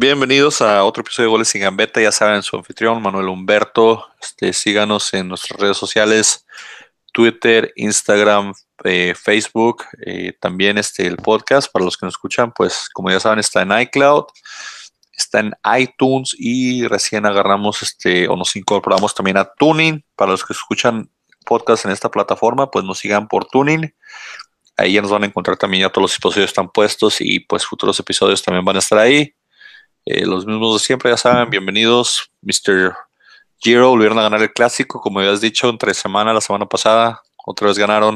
Bienvenidos a otro episodio de Goles sin Gambeta. Ya saben, su anfitrión Manuel Humberto. Síganos en nuestras redes sociales, Twitter, Instagram, Facebook. También el podcast, para los que nos escuchan, pues como ya saben, está en iCloud, está en iTunes y recién agarramos o nos incorporamos también a Tuning. Para los que escuchan podcast en esta plataforma, pues nos sigan por Tuning. Ahí ya nos van a encontrar también, ya todos los episodios están puestos y pues futuros episodios también van a estar ahí. Los mismos de siempre, ya saben, bienvenidos. Mr. Giro volvieron a ganar el clásico, como habías dicho, entre semana, la semana pasada, otra vez ganaron.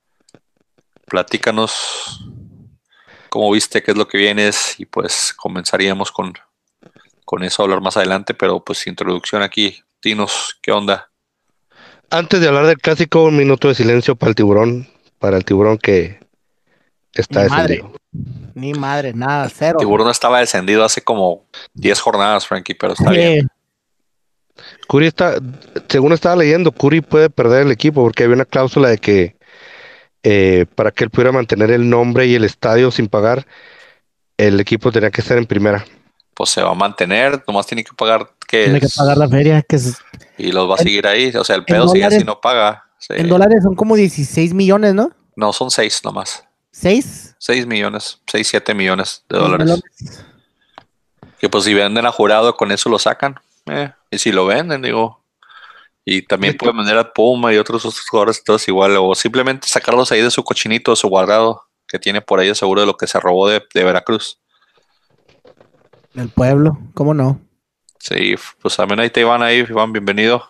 Platícanos cómo viste, qué es lo que vienes y pues comenzaríamos con eso a hablar más adelante, pero pues introducción aquí, dinos, ¿qué onda? Antes de hablar del clásico, un minuto de silencio para el tiburón que está Ni madre, descendido. ni madre, nada, cero. Tiburón estaba descendido hace como 10 jornadas, Frankie, pero está bien. Curry según estaba leyendo, Curry puede perder el equipo porque había una cláusula de que para que él pudiera mantener el nombre y el estadio sin pagar, el equipo tenía que estar en primera. Pues se va a mantener, nomás tiene que pagar, Tiene que pagar la feria, que es, y los va a seguir ahí. O sea, el en pedo sigue dólares- si no paga. Sí. en dólares son como 16 millones, ¿no? No, son 6 nomás. ¿6? 6 millones, 6, 7 millones de 6 dólares. melones. Que pues si venden a Jurado, con eso lo sacan. Y si lo venden, digo. Y también pueden vender a Puma y otros jugadores, todos igual. O simplemente sacarlos ahí de su cochinito, de su guardado, que tiene por ahí de seguro de lo que se robó de Veracruz. El pueblo, ¿cómo no? Sí, pues también ahí te Iván, bienvenido.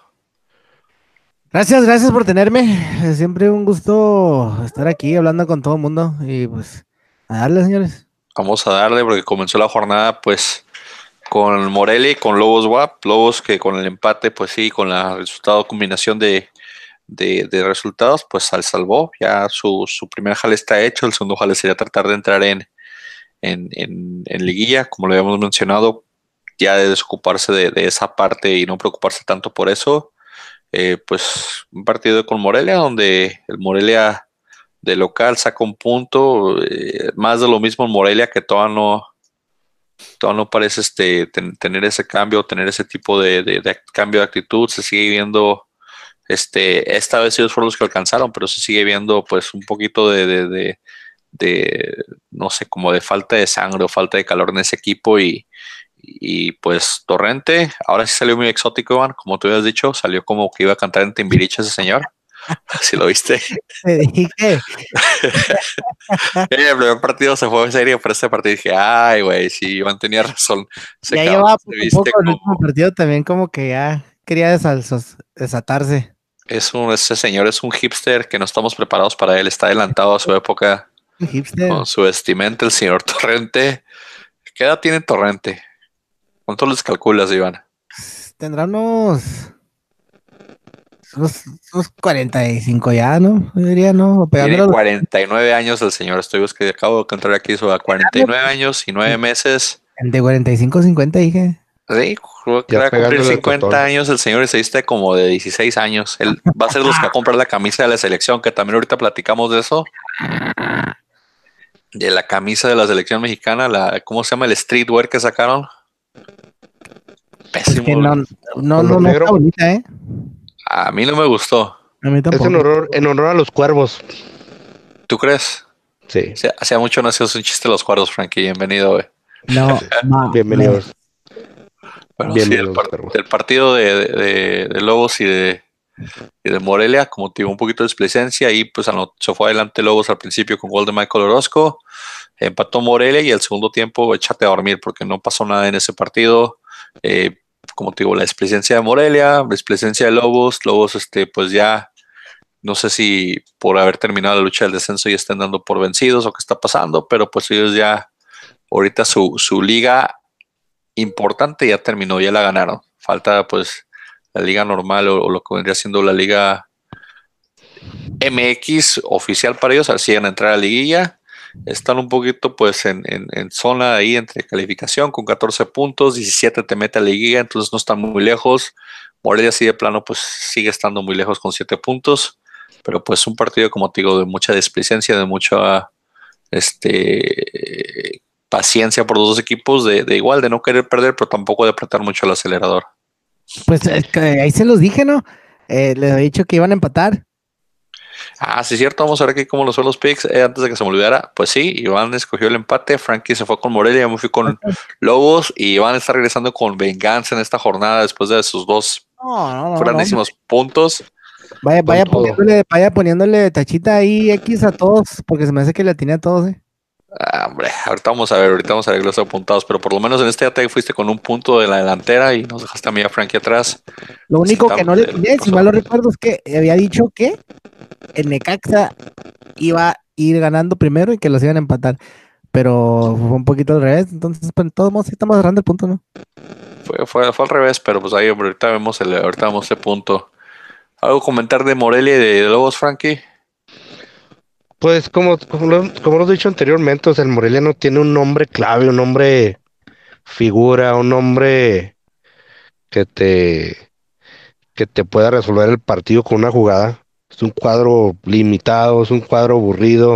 Gracias por tenerme. Es siempre un gusto estar aquí hablando con todo el mundo. Y pues, a darle, señores. Vamos a darle porque comenzó la jornada pues con Morelia y con Lobos WAP. Lobos que con el empate, pues sí, con la resultado combinación de resultados, pues salvó. Ya su primer jale está hecho. El segundo jale sería tratar de entrar en liguilla, como lo habíamos mencionado, ya de desocuparse de esa parte y no preocuparse tanto por eso. Pues un partido con Morelia, donde el Morelia de local saca un punto, más de lo mismo en Morelia, que todavía no parece tener ese cambio, tener ese tipo de cambio de actitud. Se sigue viendo, esta vez ellos fueron los que alcanzaron, pero se sigue viendo pues un poquito de no sé, como de falta de sangre o falta de calor en ese equipo. Y pues Torrente, ahora sí salió muy exótico, Iván, como tú habías dicho, salió como que iba a cantar en Timbiriche ese señor. Si lo viste. Te dije. El primer partido se fue en serio, pero este partido dije, ay, güey, sí, Iván tenía razón. Ese Ya cabrón llevaba se poco a viste poco el como... último partido también como que ya quería desatarse. Ese señor es un hipster que no estamos preparados para él, está adelantado a su época Un hipster. con su vestimenta, el señor Torrente. ¿Qué edad tiene Torrente? ¿Cuánto les calculas, Iván? Tendrá unos 45 ya, ¿no? Yo diría, ¿no? O Tiene pegándole a los 49 años el señor. Acabo de encontrar aquí su 49 años y 9 meses. de 45 a 50, dije. Sí, creo que Ya va a cumplir pegándole al 50 totón. años el señor y se viste como de 16 años. Él va a ser los que va a comprar la camisa de la selección, que también ahorita platicamos de eso. De la camisa de la selección mexicana, ¿cómo se llama? El streetwear que sacaron. Pues Pésimo. que no Con lo negro. está bonita, ¿eh? A mí no me gustó. A mí Es tampoco. en honor a los cuervos. ¿Tú crees? Sí, Hacía mucho no hacías un chiste de los cuadros, Frankie. Bienvenido, güey. No, bienvenidos. Bueno, Bienvenidos sí, los cuervos. el partido de Lobos y de Morelia, como tuvo un poquito de displicencia, y pues se fue adelante Lobos al principio con gol de Michael Orozco, empató Morelia y el segundo tiempo échate a dormir porque no pasó nada en ese partido. Como te digo, la displicencia de Morelia, la displicencia de Lobos, pues ya no sé si por haber terminado la lucha del descenso ya estén dando por vencidos o qué está pasando, pero pues ellos ya ahorita su liga importante ya terminó, ya la ganaron. Falta pues la liga normal o lo que vendría siendo la liga MX oficial para ellos, así van a entrar a la liguilla. Están un poquito pues en zona ahí entre calificación con 14 puntos, 17 te mete a la liguilla, entonces no están muy lejos. Morelia sí de plano pues sigue estando muy lejos con 7 puntos, pero pues un partido como te digo de mucha displicencia, de mucha paciencia por los dos equipos de igual, de no querer perder, pero tampoco de apretar mucho el acelerador. Pues es que ahí se los dije, ¿no? Les había dicho que iban a empatar. Sí, cierto, vamos a ver aquí cómo los son los picks. Antes de que se me olvidara, pues sí, Iván escogió el empate, Frankie se fue con Morelia, yo me fui con Lobos, y Iván está regresando con venganza en esta jornada después de sus dos grandísimos puntos. Vaya poniéndole tachita ahí X a todos, porque se me hace que le atiné a todos, Hombre, ahorita vamos a ver los apuntados, pero por lo menos en este ya te fuiste con un punto de la delantera y nos dejaste a mí a Frankie atrás. Lo único que no le atiné, si mal lo recuerdo, es que había dicho que el Necaxa iba a ir ganando primero y que los iban a empatar, pero fue un poquito al revés, entonces pues, todos modos estamos agarrando el punto, ¿no? Fue al revés, pero pues ahí ahorita vemos ese punto. ¿Algo comentar de Morelia y de Lobos, Frankie? Pues como lo he dicho anteriormente, o sea, el Morelia no tiene un nombre clave, un nombre figura, un nombre que te pueda resolver el partido con una jugada. Es un cuadro limitado, es un cuadro aburrido.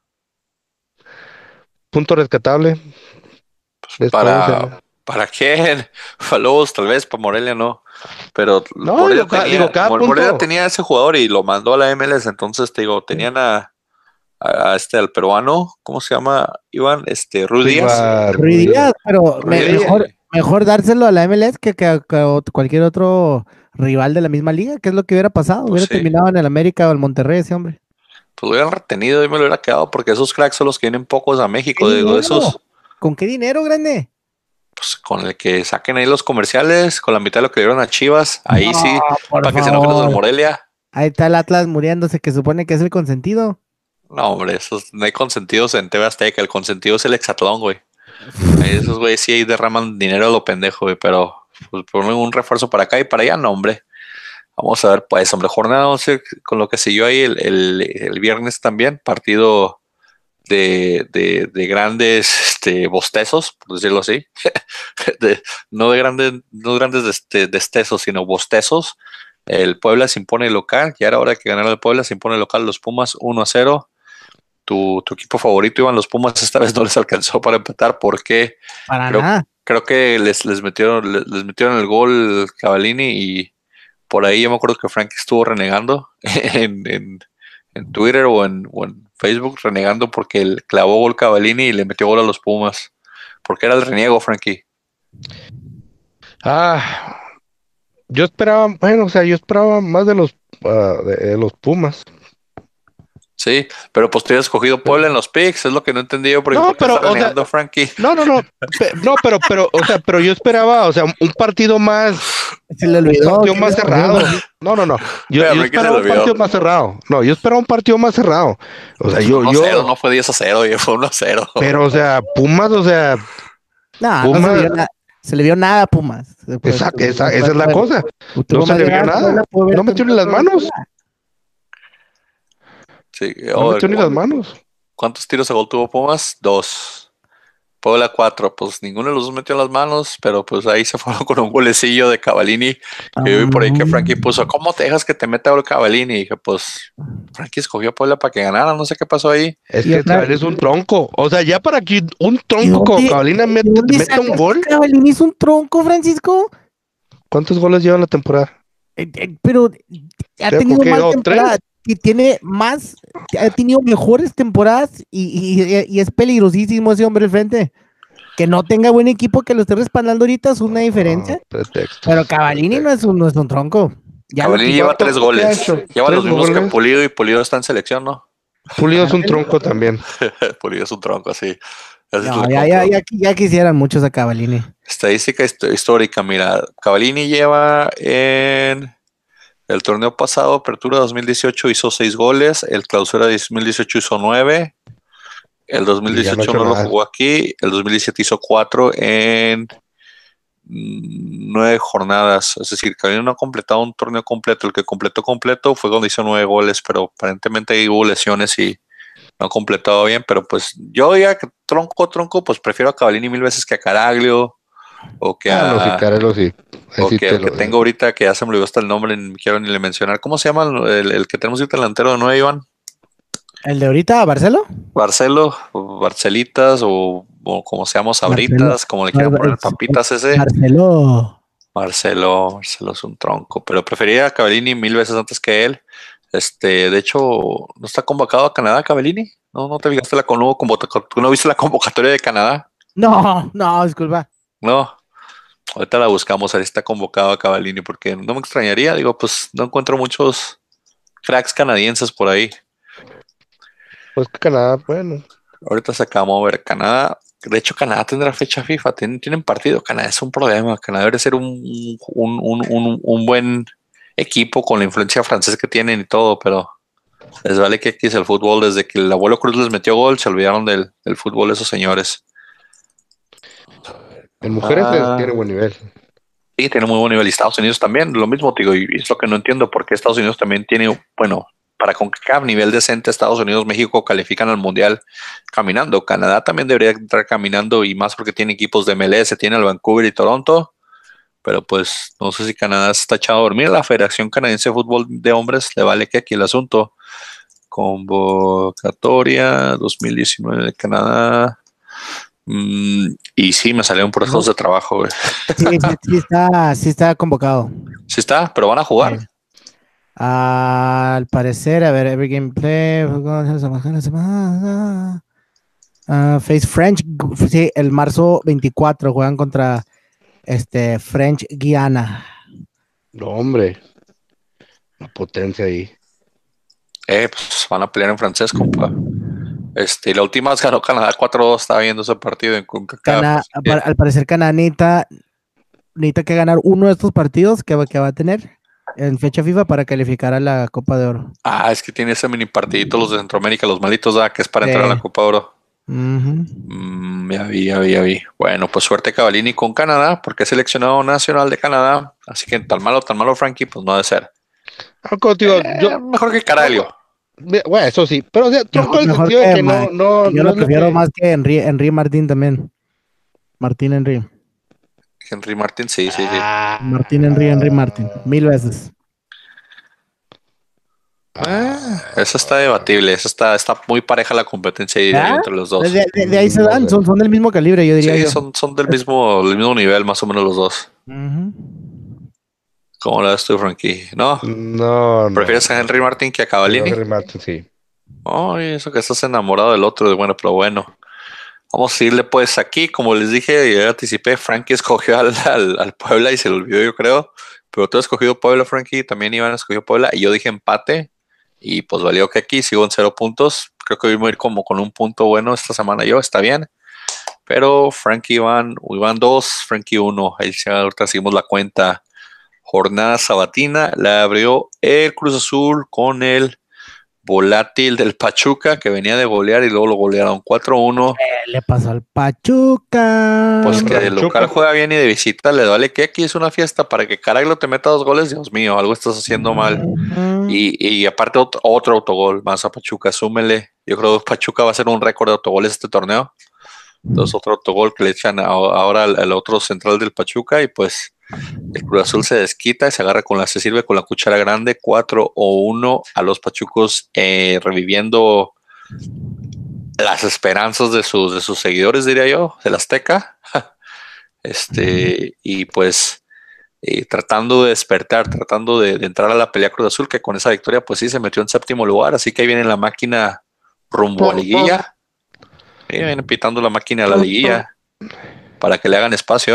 Punto rescatable. Es todo, o sea, ¿Para quién? Para Lobos, tal vez, para Morelia no. Pero no, Morelia cada Morelia punto. tenía ese jugador y lo mandó a la MLS, entonces te digo, tenían al peruano, ¿cómo se llama, Iván? Ruiz Díaz. Ruiz Díaz, pero Ruiz Díaz. mejor dárselo a la MLS que a cualquier otro rival de la misma liga, que es lo que hubiera pasado, hubiera terminado en el América o el Monterrey ese hombre. Pues lo hubieran retenido y me lo hubiera quedado, porque esos cracks son los que vienen pocos a México, digo, esos. ¿Con qué dinero, grande? Pues con el que saquen ahí los comerciales, con la mitad de lo que le dieron a Chivas, ahí sí, para que se enojen los del Morelia. Ahí está el Atlas muriéndose, que supone que es el consentido. No, hombre, esos no hay consentidos en TV Azteca, el consentido es el Hexatlón, güey. Ahí esos güeyes sí ahí derraman dinero a lo pendejo, güey, pero pues, ponen un refuerzo para acá y para allá, no, hombre. Vamos a ver, pues, hombre, jornada 11 con lo que siguió ahí el viernes también, partido de grandes bostezos, por decirlo así. No de grandes destezos, sino bostezos. El Puebla se impone local, y ahora que ganar el Puebla se impone local los Pumas 1-0. Tu equipo favorito, Iván, los Pumas, esta vez no les alcanzó para empatar porque creo que les metieron el gol Cavallini, y por ahí yo me acuerdo que Frankie estuvo renegando en Twitter o en Facebook, renegando porque él clavó gol Cavallini y le metió gol a los Pumas. ¿Por qué era el reniego, Frankie? Yo esperaba más de los Pumas. Sí, pero pues te hubieras escogido Puebla en los picks, es lo que no entendí yo, porque no, pero, renegando, Frankie. No, pero yo esperaba, o sea, un partido más. Se le olvidó. Un partido más cerrado. No. Yo esperaba un partido más cerrado. No, yo esperaba un partido más cerrado. O sea, no fue 10-0, fue 1-0. Pero, o sea, Pumas, o sea. No se le vio nada a Pumas. Esa es la cosa. No se le vio nada. No metió ni las manos. Sí, no metió ni las manos. ¿Cuántos tiros a gol tuvo Pumas? 2. Puebla 4, pues ninguno de los dos metió las manos, pero pues ahí se fueron con un golecillo de Cavallini. Que yo vi por ahí que Frankie puso, ¿cómo te dejas que te meta gol Cavallini? Y dije, pues Frankie escogió a Puebla para que ganara, no sé qué pasó ahí. Es que Cavallini es un tronco, o sea, ya para que un tronco como Cavallini meta un gol. ¿Cavallini es un tronco, Francisco? ¿Cuántos goles lleva en la temporada? Pero ha tenido más temporadas. Y ha tenido mejores temporadas y es peligrosísimo ese hombre al frente. Que no tenga buen equipo que lo esté respaldando ahorita es una diferencia. Pero Cavallini no es un tronco. Cavallini lleva 3 goles. Lleva los mismos que Pulido, y Pulido está en selección, ¿no? Pulido es un tronco también. Pulido es un tronco, sí. Ya quisieran muchos a Cavallini. Estadística histórica, mira, Cavallini lleva en el torneo pasado, Apertura 2018, hizo 6 goles, el Clausura 2018 hizo 9, el 2018 no lo jugó aquí, el 2017 hizo 4 en 9 jornadas, es decir, Cavallini no ha completado un torneo completo, el que completó fue cuando hizo 9 goles, pero aparentemente hubo lesiones y no ha completado bien, pero pues yo ya tronco, pues prefiero a Cavallini 1000 veces que a Caraglio, o que que tengo ahorita, que ya se me olvidó hasta el nombre, ni quiero ni le mencionar. ¿Cómo se llama el que tenemos ahorita delantero de 9, Iván? ¿El de ahorita, Barcelo? Barcelo, o Barcelitas, o como seamos ahoritas, como le quieran poner papitas ese. Marcelo es un tronco, pero preferiría a Cavallini 1000 veces antes que él. De hecho, ¿no está convocado a Canadá Cavallini? ¿No te fijaste ¿tú no viste la convocatoria de Canadá? No, disculpa. No, ahorita la buscamos, ahí está convocado a Cavallini, porque no me extrañaría, digo, pues no encuentro muchos cracks canadienses por ahí. Pues que Canadá, bueno. Ahorita se acabó de ver Canadá. De hecho, Canadá tendrá fecha FIFA, tienen partido. Canadá es un problema. Canadá debe ser un buen equipo con la influencia francesa que tienen y todo, pero les vale que aquí es el fútbol. Desde que el abuelo Cruz les metió gol, se olvidaron del fútbol esos señores. En mujeres tiene buen nivel. Sí, tiene muy buen nivel. Y Estados Unidos también, lo mismo, digo, y es lo que no entiendo, porque Estados Unidos también tiene, bueno, para CONCACAF nivel decente, Estados Unidos, México califican al Mundial caminando. Canadá también debería entrar caminando, y más porque tiene equipos de MLS, tiene al Vancouver y Toronto, pero pues no sé si Canadá se está echado a dormir. La Federación Canadiense de Fútbol de Hombres le vale que aquí el asunto. Convocatoria 2019 de Canadá. Y sí, me salieron por ejemplos de trabajo, güey. Sí está convocado. Sí está, pero van a jugar. Al parecer, a ver, every gameplay. Face French, sí, el marzo 24 juegan contra French Guiana. No, hombre. La potencia ahí. Pues van a pelear en francés, compa. La última vez ganó Canadá 4-2, estaba viendo ese partido en CONCACAF. Al parecer Canadá necesita que ganar uno de estos partidos que va a tener en fecha FIFA para calificar a la Copa de Oro. Es que tiene ese mini partidito los de Centroamérica, los malitos, que es para entrar a la Copa de Oro. Ya vi. Bueno, pues suerte Cavallini con Canadá, porque es seleccionado nacional de Canadá, así que tan malo Frankie, pues no ha de ser. Mejor que Caralho. Bueno, eso sí, pero o sea, tronco el sentido de que no. Yo lo prefiero más que Henry Martín también. Martín Henry. Henry Martín, sí. Martín Henry Martín, 1000 veces. Eso está debatible, eso está muy pareja la competencia entre los dos. De ahí se dan, son del mismo calibre, yo diría. Sí, son del mismo nivel, más o menos los dos. ¿Cómo la ves tú, Frankie? ¿No? ¿Prefieres a Henry Martín que a Cavallini? Henry Martín, sí. Eso que estás enamorado del otro, bueno, pero bueno. Vamos a irle pues aquí, como les dije, ya anticipé, Frankie escogió al Puebla y se lo olvidó, yo creo. Pero tú has escogido Puebla, Frankie, también Iván escogió Puebla y yo dije empate. Y pues valió que aquí sigo en 0 puntos. Creo que voy a ir como con un punto bueno esta semana yo, está bien. Pero Frankie Iván 2, Frankie 1. Ahí ahorita seguimos la cuenta. Jornada sabatina la abrió el Cruz Azul con el volátil del Pachuca, que venía de golear y luego lo golearon 4-1. Le pasó al Pachuca. Pues que de local juega bien y de visita le vale que aquí es una fiesta para que Caraglio te meta 2 goles. Dios mío, algo estás haciendo mal. Y aparte otro autogol más a Pachuca, súmele. Yo creo que Pachuca va a ser un récord de autogoles este torneo. Entonces otro autogol que le echan ahora al otro central del Pachuca y pues el Cruz Azul se desquita y se sirve con la cuchara grande 4-1 a los pachucos, reviviendo las esperanzas de sus seguidores, diría yo, del Azteca. Y pues tratando de despertar, tratando de entrar a la pelea Cruz Azul, que con esa victoria pues sí se metió en 7º lugar, así que ahí viene la máquina rumbo a liguilla. Viene pitando la máquina a la liguilla para que le hagan espacio,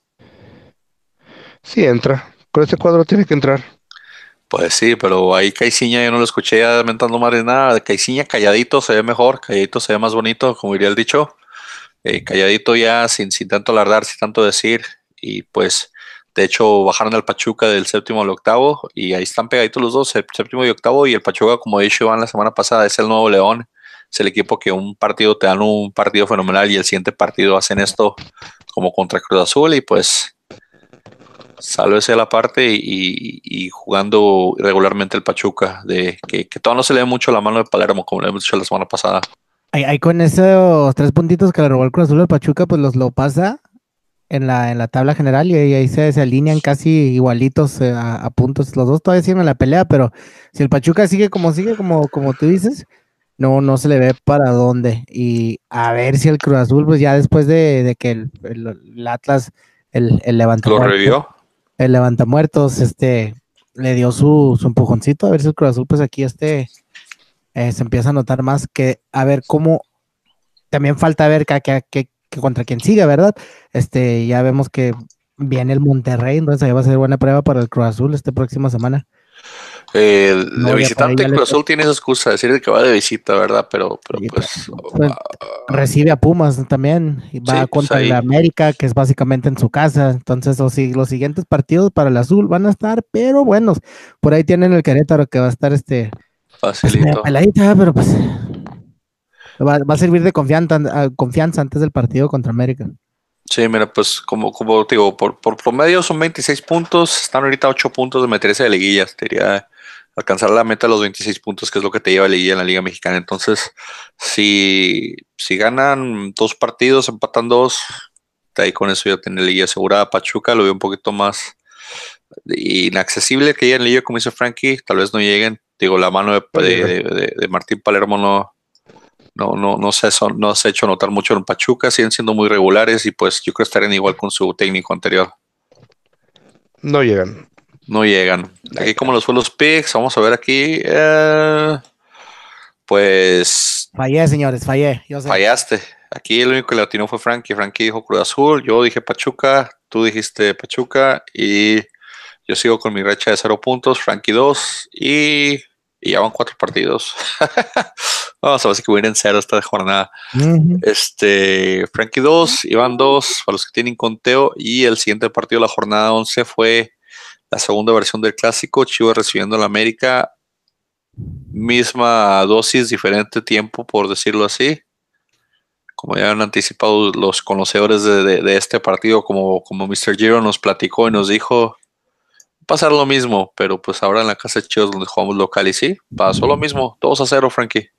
Sí entra, con este cuadro tiene que entrar. Pues sí, pero ahí Caiciña yo no lo escuché ya mentando madre nada. De Caiciña calladito se ve mejor, calladito se ve más bonito, como diría el dicho. Calladito ya sin tanto alardar, sin tanto decir. Y pues, de hecho, bajaron al Pachuca del 7º al 8º y ahí están pegaditos los dos, 7º y 8º. Y el Pachuca, como he dicho Iván la semana pasada, es el nuevo León. Es el equipo que un partido te dan un partido fenomenal y el siguiente partido hacen esto como contra Cruz Azul y pues sálvese a la parte y jugando regularmente el Pachuca, de que todavía no se le ve mucho la mano de Palermo, como le hemos dicho la semana pasada. Ahí con esos 3 puntitos que le robó el Cruz Azul al Pachuca, pues lo pasa en la tabla general y ahí se alinean casi igualitos a puntos. Los dos todavía siguen en la pelea, pero si el Pachuca sigue como tú dices, no se le ve para dónde. Y a ver si el Cruz Azul, pues ya después de que el Atlas, el ¿Lo revivió? el levantamuertos, le dio su empujoncito, a ver si el Cruz Azul, pues aquí se empieza a notar más que, a ver cómo, también falta ver que contra quién sigue, ¿verdad? Ya vemos que viene el Monterrey, entonces ahí va a ser buena prueba para el Cruz Azul esta próxima semana. De No, visitante Cruz Azul tiene esa excusa de decir que va de visita, pues recibe a Pumas también y va sí, pues contra el América, que es básicamente en su casa. Entonces los siguientes partidos para el Azul van a estar, pero buenos. Por ahí tienen el Querétaro que va a estar facilito. Peladita, pero pues va a servir de confianza antes del partido contra América. Sí, mira, pues como digo, por promedio son 26 puntos, están ahorita 8 puntos de meterse de liguillas, te diría alcanzar la meta de los 26 puntos, que es lo que te lleva a liguilla en la Liga Mexicana. Entonces, si ganan 2 partidos, empatan 2, de ahí con eso ya tiene liguilla asegurada. Pachuca lo veo un poquito más inaccesible que lleguen en liguilla, como dice Frankie, tal vez no lleguen. Digo, la mano de Martín Palermo no se ha hecho notar mucho en Pachuca, siguen siendo muy regulares y pues yo creo que estarían igual con su técnico anterior. No llegan. No llegan. Aquí como los fue los picks, vamos a ver aquí. Pues... Fallé, señores, fallé. Yo sé. Fallaste. Aquí el único que le atinó fue Frankie. Frankie dijo Cruz Azul, yo dije Pachuca, tú dijiste Pachuca y yo sigo con mi racha de 0 puntos, Frankie 2 y ya van 4 partidos. Vamos a ver si que voy a ir en 0 esta jornada. Frankie 2, Iván 2, para los que tienen conteo, y el siguiente partido de la jornada 11 fue la segunda versión del clásico, Chivas recibiendo a la América, misma dosis, diferente tiempo, por decirlo así. Como ya han anticipado los conocedores de este partido, como Mr. Giro nos platicó y nos dijo, pasar lo mismo, pero pues ahora en la casa de Chivas donde jugamos local y sí, pasó lo mismo, 2-0, Frankie.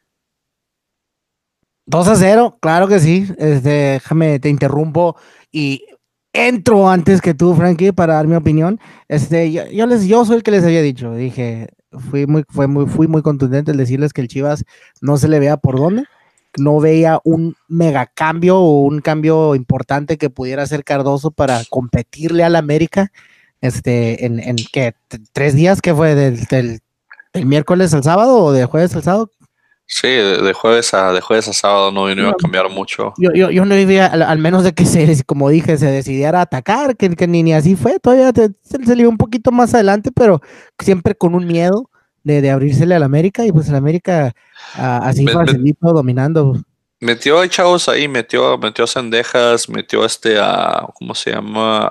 2-0, claro que sí. Déjame, te interrumpo y entro antes que tú, Frankie, para dar mi opinión. Yo soy el que les había dicho. Dije, fui muy contundente al decirles que el Chivas no se le vea por dónde. No veía un mega cambio o un cambio importante que pudiera hacer Cardoso para competirle al América. En ¿qué? 3 días, que fue del miércoles al sábado o de jueves al sábado. Sí, de jueves a sábado no iba a cambiar mucho. Yo no iba, al menos de que como dije, se decidiera a atacar, que ni así fue. Todavía se le iba un poquito más adelante, pero siempre con un miedo de abrírsele al América, y pues el América así facilito dominando. Metió a chavos ahí, metió a Cendejas, metió ¿cómo se llama?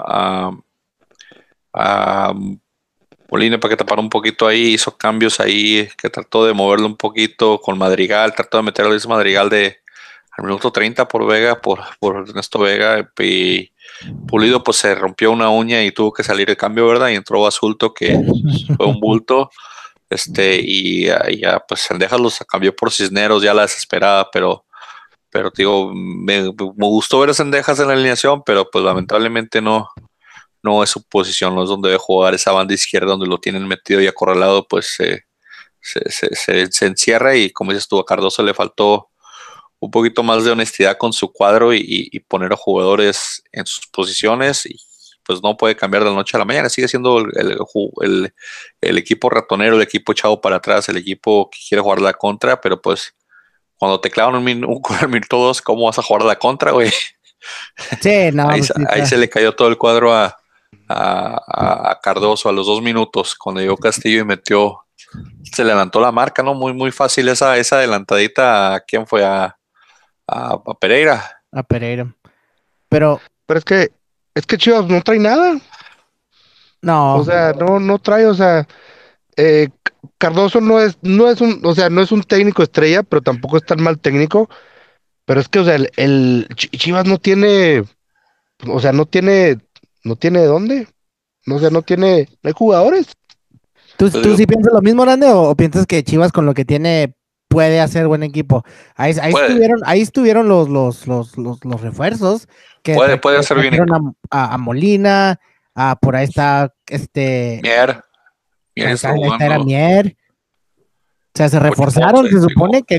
A Molina para que tapara un poquito ahí, hizo cambios ahí, que trató de moverlo un poquito con Madrigal, trató de meter a Luis Madrigal al minuto 30 por Vega, por Ernesto Vega, y Pulido pues se rompió una uña y tuvo que salir el cambio, ¿verdad? Y entró Basulto, que fue un bulto, y ya pues Cendejas los cambió por Cisneros, ya la desesperada, pero digo, me gustó ver a Cendejas en la alineación, pero pues lamentablemente no es su posición, no es donde debe jugar. Esa banda izquierda donde lo tienen metido y acorralado, pues se encierra, y como dices tú, a Cardoso le faltó un poquito más de honestidad con su cuadro y poner a jugadores en sus posiciones, y pues no puede cambiar de la noche a la mañana. Sigue siendo el equipo ratonero, el equipo echado para atrás, el equipo que quiere jugar la contra, pero pues cuando te clavan un minuto 2, ¿cómo vas a jugar la contra, güey? Sí, no. ahí se le cayó todo el cuadro a Cardoso a los 2 minutos, cuando llegó Castillo y se levantó la marca, ¿no? Muy, muy fácil esa adelantadita. ¿A quién fue? A Pereira. A Pereira. Pero es que Chivas no trae nada. No. O sea, no trae, o sea, Cardoso no es un técnico estrella, pero tampoco es tan mal técnico. Pero es que, o sea, el Chivas no tiene, o sea, no tiene de dónde. O sea, no hay jugadores. ¿Tú sí piensas lo mismo, Grande, o piensas que Chivas con lo que tiene puede hacer buen equipo? Ahí estuvieron los refuerzos que puede hacer bien a Molina, por ahí está Mier está jugando. Mier. sea, se reforzaron, se supone que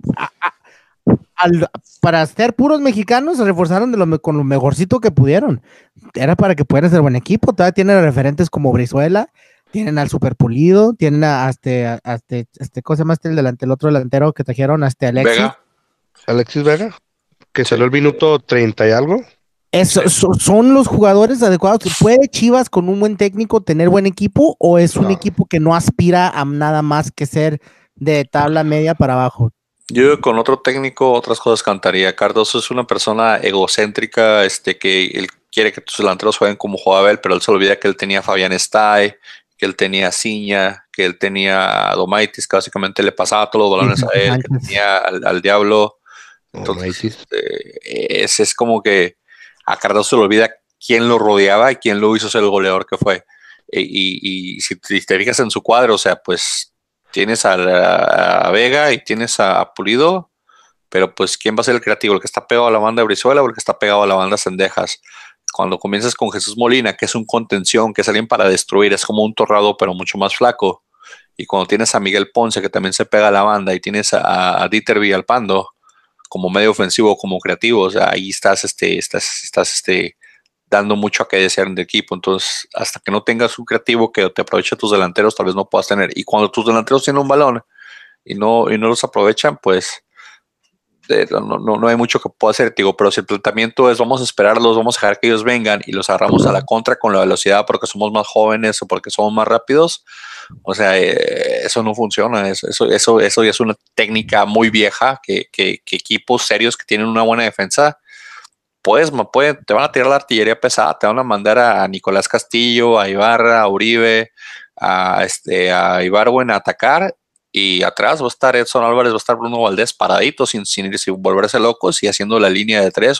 para ser puros mexicanos se reforzaron con lo mejorcito que pudieron. Era para que pudieran ser buen equipo. Todavía tienen referentes como Brizuela, tienen al Super Pulido, tienen ¿cómo se llama el otro delantero que trajeron? Alexis. Alexis Vega, que salió el minuto 30 y algo. ¿Son los jugadores adecuados? ¿Puede Chivas con un buen técnico tener buen equipo o es un equipo que no aspira a nada más que ser de tabla media para abajo? Yo con otro técnico otras cosas cantaría. Cardoso es una persona egocéntrica, que él quiere que tus delanteros jueguen como jugaba él, pero él se olvida que él tenía a Fabián Stay, que él tenía a Ciña, que él tenía a Domaitis, que básicamente le pasaba todos los balones a él, que tenía al Diablo. Entonces, es como que a Cardoso se le olvida quién lo rodeaba y quién lo hizo ser el goleador que fue. Y si te fijas en su cuadro, o sea, pues tienes a Vega y tienes a Pulido, pero pues ¿quién va a ser el creativo? ¿El que está pegado a la banda de Brizuela o el que está pegado a la banda Cendejas? Cuando comienzas con Jesús Molina, que es un contención, que es alguien para destruir, es como un Torrado, pero mucho más flaco. Y cuando tienes a Miguel Ponce, que también se pega a la banda, y tienes a Dieter Villalpando como medio ofensivo, como creativo, o sea, ahí estás dando mucho a que desear en el equipo. Entonces, hasta que no tengas un creativo que te aproveche tus delanteros, tal vez no puedas tener. Y cuando tus delanteros tienen un balón y no los aprovechan, pues no hay mucho que pueda hacer, digo, pero si el planteamiento es vamos a esperarlos, vamos a dejar que ellos vengan y los agarramos a la contra con la velocidad porque somos más jóvenes o porque somos más rápidos, o sea, eso no funciona, eso ya es una técnica muy vieja que equipos serios que tienen una buena defensa, te van a tirar la artillería pesada, te van a mandar a Nicolás Castillo, a Ibarra, a Uribe, a Ibargüen a atacar. Y atrás va a estar Edson Álvarez, va a estar Bruno Valdés paradito sin volverse locos y haciendo la línea de 3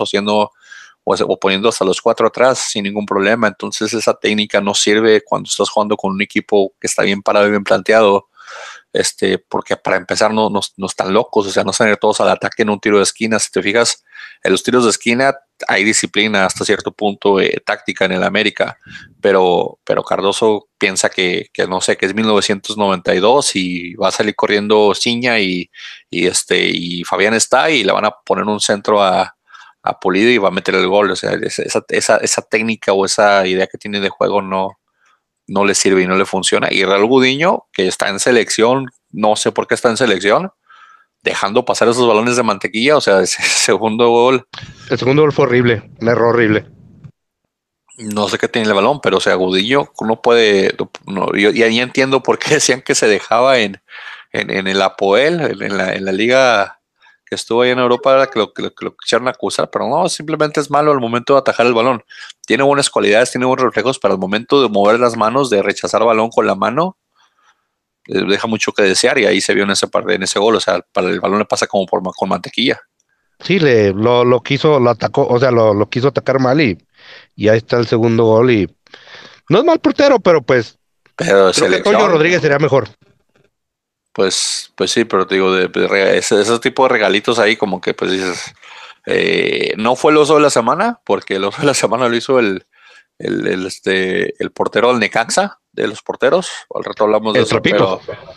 o poniendo hasta los 4 atrás sin ningún problema. Entonces esa técnica no sirve cuando estás jugando con un equipo que está bien parado y bien planteado, porque para empezar no están locos, o sea, no salen todos al ataque en un tiro de esquina. Si te fijas, en los tiros de esquina hay disciplina hasta cierto punto, táctica en el América, pero Cardoso piensa que no sé, que es 1992 y va a salir corriendo Ciña y Fabián está y le van a poner un centro a Pulido y va a meter el gol. O sea, esa técnica o esa idea que tiene de juego no le sirve y no le funciona. Y Raúl Gudiño, que está en selección, no sé por qué está en selección, dejando pasar esos balones de mantequilla, o sea, ese segundo gol. El segundo gol fue horrible, un error horrible. No sé qué tiene el balón, pero o sea, Gudiño no puede, yo ya entiendo por qué decían que se dejaba en el Apoel, en la liga que estuvo ahí en Europa, que lo quisieron acusar, pero no, simplemente es malo al momento de atajar el balón. Tiene buenas cualidades, tiene buenos reflejos, pero al momento de mover las manos, de rechazar balón con la mano, deja mucho que desear, y ahí se vio en ese gol. O sea, para el balón le pasa como con mantequilla. Sí, lo atacó, o sea, lo quiso atacar mal y ahí está el segundo gol. Y no es mal portero, pero pues pero creo que Toño Rodríguez sería mejor. Pues sí, pero te digo, ese tipo de regalitos ahí, como que pues dices, no fue el oso de la semana, porque el oso de la semana lo hizo el portero del Necaxa, de los porteros. Al rato hablamos de eso, Trapito.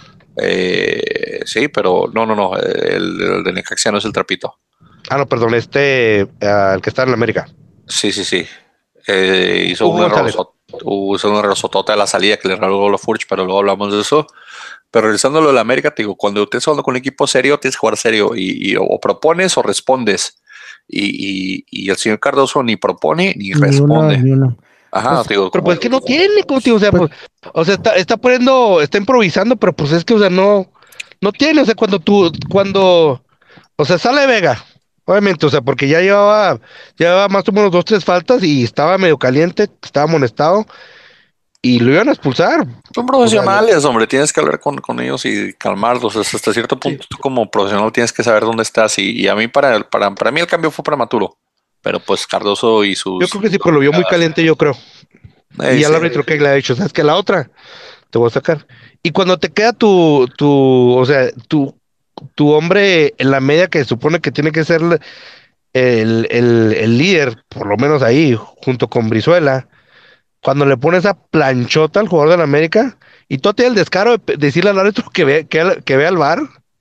Pero sí, pero no, el de Necaxa no es el Trapito. Ah, no, perdón, el que está en la América. Sí. Hizo un error sotota de la salida que le regaló a Furch, pero luego hablamos de eso. Pero regresando a lo de la América, te digo, cuando estés jugando con un equipo serio, tienes que jugar serio y o propones o respondes. Y el señor Cardoso ni propone ni responde. Ni una. Ajá, Pues, digo, pero pues que no tiene, como tío, o sea, está improvisando, pero pues es que, o sea, no tiene, o sea, o sea, sale Vega, obviamente, o sea, porque ya llevaba más o menos 2-3 faltas y estaba medio caliente, estaba amonestado y lo iban a expulsar. son profesionales, hombre, tienes que hablar con ellos y calmarlos. Hasta cierto punto, sí. Tú como profesional tienes que saber dónde estás y a mí para mí el cambio fue prematuro, pero pues Cardoso y sus... Yo creo que sí, pero lo vio muy caliente, yo creo. Y al árbitro que le ha dicho, ¿sabes qué? La otra te voy a sacar. Y cuando te queda o sea, tu hombre en la media que supone que tiene que ser el líder, por lo menos ahí, junto con Brizuela, cuando le pone esa planchota al jugador de la América Y tú tienes el descaro de decirle al árbitro que vea el VAR.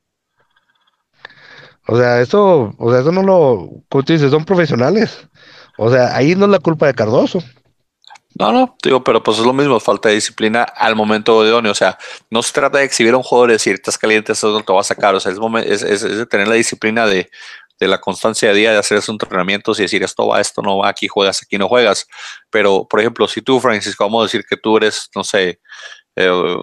O sea, eso no lo, como tú dices, son profesionales. O sea, ahí no es la culpa de Cardoso. No, digo, pero pues es lo mismo, falta de disciplina al momento idóneo. O sea, no se trata de exhibir a un jugador y decir, estás caliente, esto no te va a sacar. O sea, es de tener la disciplina de la constancia de día, de hacer esos entrenamientos y decir, esto va, esto no va, aquí juegas, aquí no juegas. Pero, por ejemplo, si tú, Francisco, vamos a decir que tú eres, no sé, eh,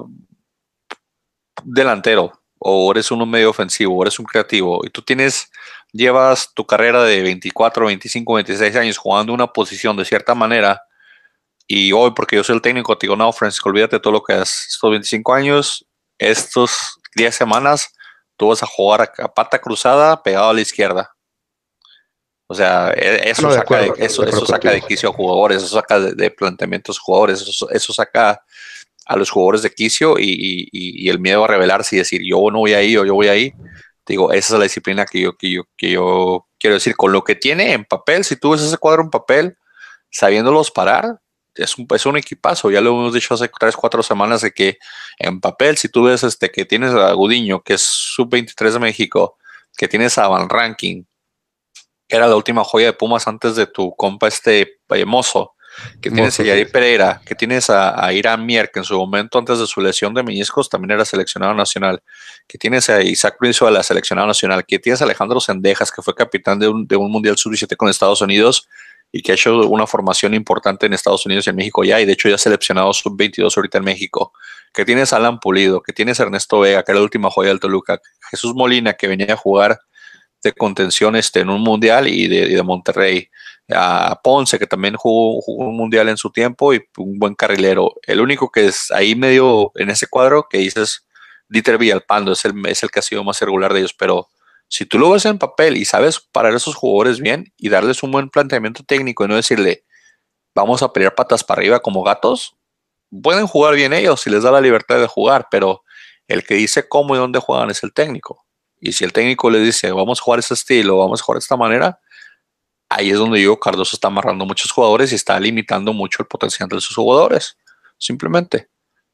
delantero, o eres uno medio ofensivo, o eres un creativo, y llevas tu carrera de 24, 25, 26 años jugando una posición de cierta manera, y hoy, porque yo soy el técnico, te digo, no, Francisco, olvídate de todo lo que has, estos 25 años, estos 10 semanas, tú vas a jugar a pata cruzada pegado a la izquierda. O sea, eso No, de saca acuerdo, eso saca de quicio a jugadores, eso saca de planteamientos jugadores, eso saca a los jugadores de quicio y el miedo a rebelarse y decir yo no voy ahí o yo voy ahí. Digo, esa es la disciplina que yo quiero decir. Con lo que tiene en papel, si tú ves ese cuadro en papel, sabiéndolos parar, es un equipazo. Ya lo hemos dicho hace 3, 4 semanas de que en papel, si tú ves que tienes a Gudiño, que es sub-23 de México, que tienes a Van Ranking, que era la última joya de Pumas antes de tu compa Mozo, que tienes a Yari Pereira, que tienes a Irán Mier, que en su momento antes de su lesión de meniscos también era seleccionado nacional, que tienes a Isaac Brizo de la seleccionada nacional, que tienes a Alejandro Sendejas, que fue capitán de un Mundial Sub-17 con Estados Unidos y que ha hecho una formación importante en Estados Unidos y en México ya, y de hecho ya seleccionado Sub-22 ahorita en México, que tienes a Alan Pulido, que tienes a Ernesto Vega, que era la última joya del Toluca, Jesús Molina, que venía a jugar de contención en un mundial y de Monterrey. A Ponce, que también jugó un mundial en su tiempo y un buen carrilero. El único que es ahí medio en ese cuadro que dices, Dieter Villalpando, es el que ha sido más regular de ellos, pero si tú lo ves en papel y sabes parar a esos jugadores bien y darles un buen planteamiento técnico y no decirle, vamos a pelear patas para arriba como gatos, pueden jugar bien ellos si les da la libertad de jugar, pero el que dice cómo y dónde juegan es el técnico. Y si el técnico le dice, vamos a jugar ese estilo, vamos a jugar de esta manera, ahí es donde digo, Cardoso está amarrando muchos jugadores y está limitando mucho el potencial de sus jugadores. Simplemente.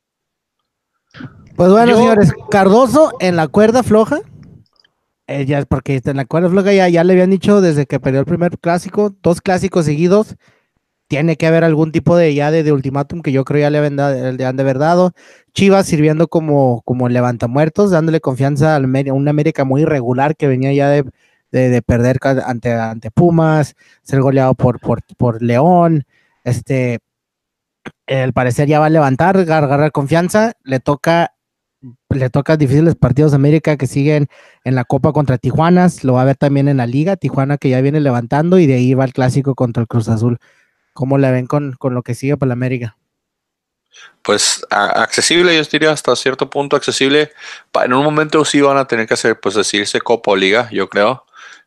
Pues bueno, señores, Cardoso en la cuerda floja. Ya es porque en la cuerda floja ya le habían dicho desde que perdió el primer clásico, 2 clásicos seguidos. Tiene que haber algún tipo de ultimátum que yo creo ya le han de haber dado. Chivas sirviendo como levantamuertos, dándole confianza a una América muy irregular que venía ya de perder ante Pumas, ser goleado por León. Al parecer ya va a levantar, agarrar confianza. Le toca difíciles partidos a América que siguen en la Copa contra Tijuanas. Lo va a ver también en la Liga. Tijuana que ya viene levantando y de ahí va el clásico contra el Cruz Azul. ¿Cómo la ven con lo que sigue para la América? Pues accesible, yo diría hasta cierto punto accesible. En un momento sí van a tener que hacer, pues decirse Copa o Liga, yo creo.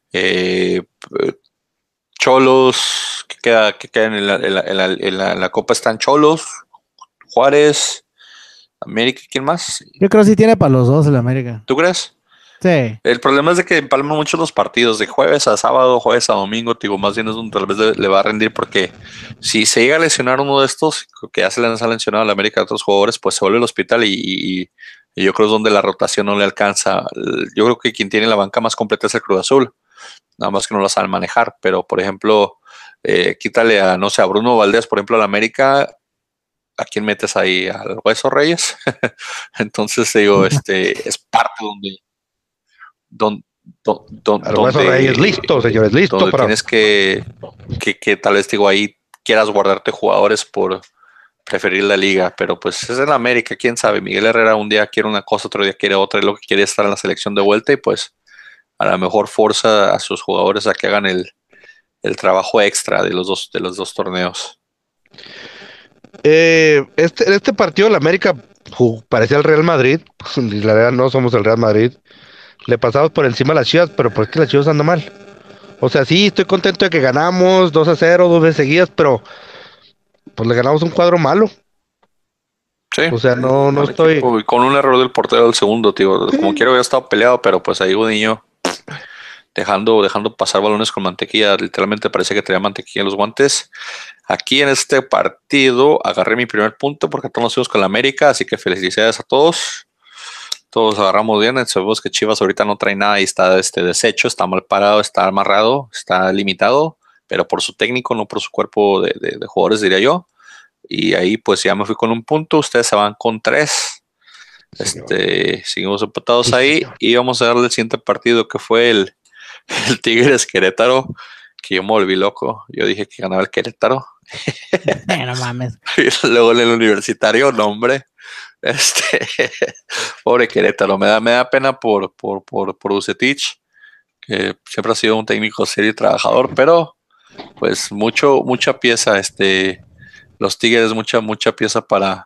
Cholos, que quedan en la Copa están Cholos, Juárez, América, ¿quién más? Yo creo que sí tiene para los dos el América. ¿Tú crees? Sí. El problema es de que empalman mucho los partidos de jueves a sábado, jueves a domingo, digo, más bien es donde tal vez le va a rendir porque si se llega a lesionar uno de estos, que ya se les ha lesionado a la América a otros jugadores, pues se vuelve al hospital y yo creo es donde la rotación no le alcanza. Yo creo que quien tiene la banca más completa es el Cruz Azul, nada más que no la saben manejar, pero por ejemplo, quítale a, no sé, a Bruno Valdés, por ejemplo, a la América, ¿a quién metes ahí? ¿Al Hueso Reyes? Entonces digo, es parte donde Reyes, listo, señores, listo. Donde tienes que tal vez digo ahí quieras guardarte jugadores por preferir la liga, pero pues es en América, quién sabe. Miguel Herrera un día quiere una cosa, otro día quiere otra, y lo que quiere es estar en la selección de vuelta y pues a lo mejor forza a sus jugadores a que hagan el trabajo extra de los dos torneos. Este partido de la América parecía el Real Madrid, y la verdad no somos el Real Madrid. Le pasamos por encima a las Chivas, pero pues que las Chivas andan mal. O sea, sí, estoy contento de que ganamos 2-0, 2 veces seguidas, pero pues le ganamos un cuadro malo. Sí. O sea, no estoy... Con un error del portero del segundo, tío. Como quiero, hubiera estado peleado, pero pues ahí Gudiño dejando pasar balones con mantequilla. Literalmente parecía que tenía mantequilla en los guantes. Aquí en este partido agarré mi primer punto porque todos nos fuimos con la América, así que felicidades a todos. Todos agarramos bien. Sabemos que Chivas ahorita no trae nada y está deshecho, está mal parado, está amarrado, está limitado, pero por su técnico, no por su cuerpo de jugadores, diría yo. Y ahí pues ya me fui con un punto, ustedes se van con 3. Seguimos empatados ahí y vamos a darle el siguiente partido que fue el Tigres Querétaro, que yo me volví loco. Yo dije que ganaba el Querétaro. No mames. Y luego en el Universitario, no hombre. Pobre Querétaro, me da pena por Vucetich, que siempre ha sido un técnico serio y trabajador, pero pues mucha pieza, los Tigres, mucha pieza para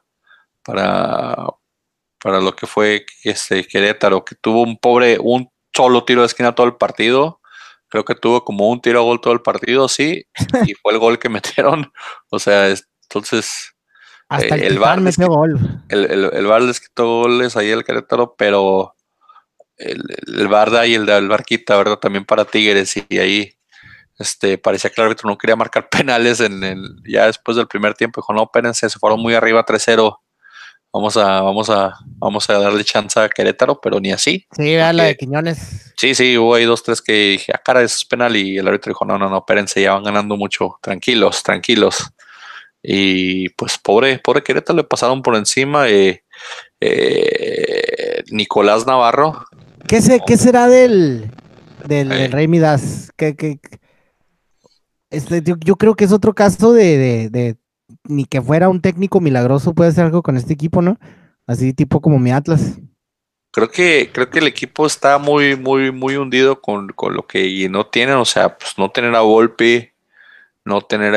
lo que fue Querétaro, que tuvo un solo tiro de esquina todo el partido. Creo que tuvo como un tiro a gol todo el partido, sí, y fue el gol que metieron. O sea, entonces hasta el VAR metió gol. El VAR les quitó goles ahí el Querétaro, pero el VAR da y el VAR quita, ¿verdad? También para Tigres, y ahí parecía que el árbitro no quería marcar penales ya después del primer tiempo. Dijo, no, espérense, se fueron muy arriba 3-0. Vamos a darle chance a Querétaro, pero ni así. Sí, la de Quiñones. Sí, hubo ahí 2-3 que dije, cara, eso es penal, y el árbitro dijo, no, espérense, ya van ganando mucho, tranquilos. Y pues pobre Querétaro, le pasaron por encima. Nicolás Navarro. ¿Qué será del Rey Midas? Yo creo que es otro caso de ni que fuera un técnico milagroso puede hacer algo con este equipo, ¿no? Así tipo como mi Atlas. Creo que el equipo está muy hundido con lo que no tienen, o sea, pues no tener a Volpi, no tener a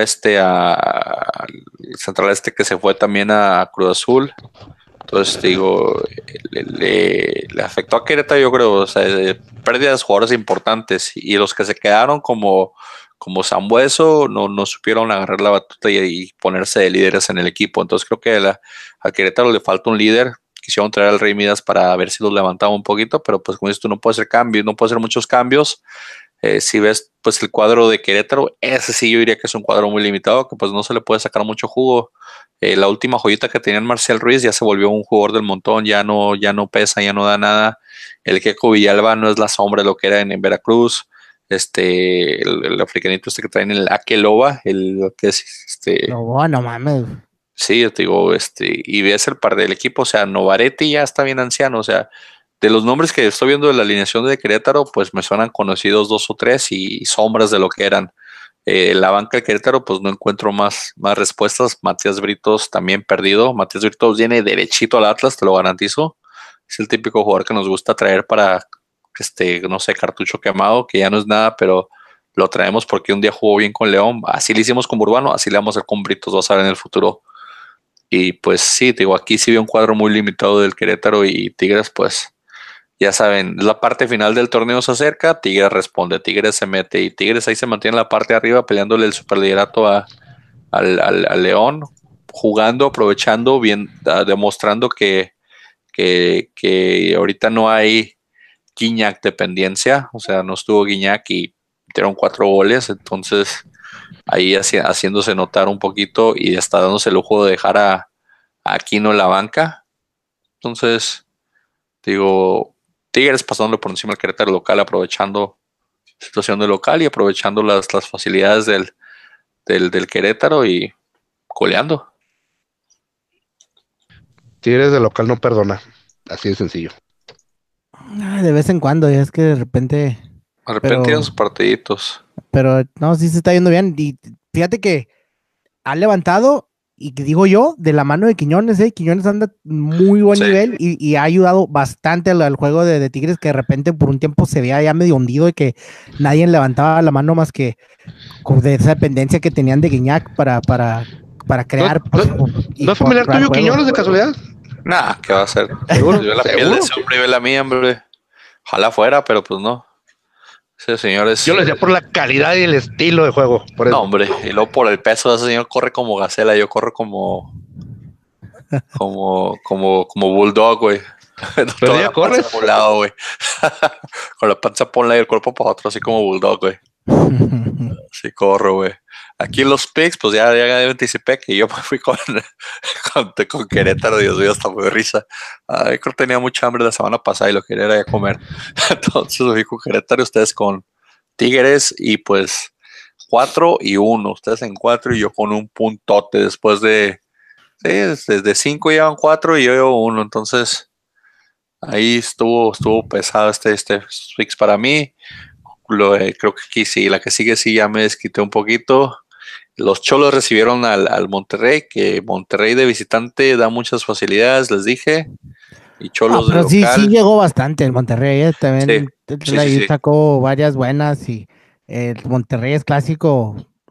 central que se fue también a Cruz Azul. Entonces te digo, le afectó a Querétaro, yo creo, o sea, pérdidas de jugadores importantes, y los que se quedaron como Sambueso no supieron agarrar la batuta y ponerse de líderes en el equipo. Entonces creo que a Querétaro le falta un líder. Quisieron traer al Rey Midas para ver si los levantaba un poquito, pero pues como dices tú, no puede hacer cambios, no puede hacer muchos cambios. Si ves pues el cuadro de Querétaro, ese sí yo diría que es un cuadro muy limitado, que pues no se le puede sacar mucho jugo. La última joyita que tenía Marcial Ruiz ya se volvió un jugador del montón, ya no pesa, ya no da nada. El Keco Villalba no es la sombra de lo que era en Veracruz. El africanito que traen, el Akeloba, el que es no mames. Sí, yo te digo, y ves el par del equipo, o sea, Novaretti ya está bien anciano, o sea, de los nombres que estoy viendo de la alineación de Querétaro, pues me suenan conocidos 2 o 3 y sombras de lo que eran. La banca de Querétaro, pues no encuentro más respuestas. Matías Britos también perdido. Matías Britos viene derechito al Atlas, te lo garantizo. Es el típico jugador que nos gusta traer para, no sé, cartucho quemado, que ya no es nada, pero lo traemos porque un día jugó bien con León. Así le hicimos con Urbano, así le vamos a hacer con Britos, vas a ver en el futuro. Y pues sí, te digo, aquí sí veo un cuadro muy limitado del Querétaro, y Tigres, pues ya saben, la parte final del torneo se acerca, Tigres responde, Tigres se mete, y Tigres ahí se mantiene en la parte de arriba peleándole el superliderato al León, jugando, aprovechando, bien, demostrando que ahorita no hay Guiñac dependencia, o sea, no estuvo Guiñac y metieron 4 goles, entonces ahí haciéndose notar un poquito y hasta dándose el lujo de dejar a Aquino en la banca. Entonces, digo, Tigres pasándole por encima al Querétaro local, aprovechando la situación del local y aprovechando las facilidades del Querétaro y goleando. Tigres de local no perdona, así de sencillo. De vez en cuando, ya es que de repente tienen sus partiditos. Pero no, sí se está yendo bien. Y fíjate que ha levantado, y que digo yo, de la mano de Quiñones, Quiñones anda muy buen nivel y ha ayudado bastante al juego de Tigres, que de repente por un tiempo se veía ya medio hundido y que nadie levantaba la mano más que de esa dependencia que tenían de Guiñac para crear. ¿No es familiar tuyo Quiñones de casualidad? Nah, ¿qué va a hacer? ¿Seguro? Yo la piel de ese hombre y ve la mía, hombre. Ojalá fuera, pero pues no. Ese señor es... Yo lo decía por la calidad y el estilo de juego. Por eso. No, hombre, y luego por el peso de ese señor corre como gacela, yo corro como bulldog, güey. Pero Toda ya la panza corres. por un lado, güey. Con la panza por un lado y el cuerpo para otro, así como bulldog, güey. Sí, corro, güey. Aquí en los picks, pues ya anticipé que yo me fui con Querétaro, Dios mío, hasta me dio risa. Ay, creo que tenía mucha hambre la semana pasada y lo quería era comer. Entonces me fui con Querétaro, ustedes con Tigres y pues 4-1. Ustedes en 4 y yo con un puntote después de... Sí, desde 5 llevan 4 y yo llevo 1. Entonces ahí estuvo pesado este picks para mí. Creo que aquí sí, la que sigue sí ya me desquité un poquito. Los Cholos recibieron al Monterrey, que Monterrey de visitante da muchas facilidades, les dije. Y Cholos de pero sí local. llegó bastante el Monterrey, Sí, también sí, sí, ahí sí. sacó varias buenas y el Monterrey es clásico,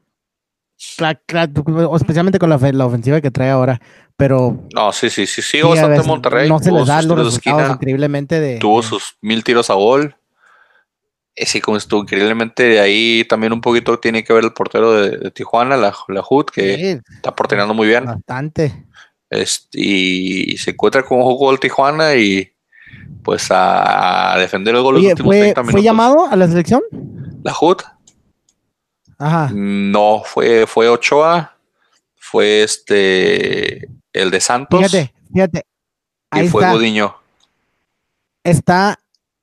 especialmente con la ofensiva que trae ahora, pero No, sí, sí, a bastante veces Monterrey. no se les Tuvo dan sus los tiros de resultados esquina, increíblemente tuvo sus 1000 tiros a gol. Sí, como estuvo increíblemente de ahí también un poquito tiene que ver el portero de Tijuana, la Hood, que sí, está portereando muy bien. bastante. Y se encuentra con un juego el Tijuana y pues a defender el gol los Oye, últimos 30 ¿fue minutos. llamado a la selección? La Hood, Ajá, no, fue Ochoa, fue el de Santos fíjate, y ahí fue Gudiño. está,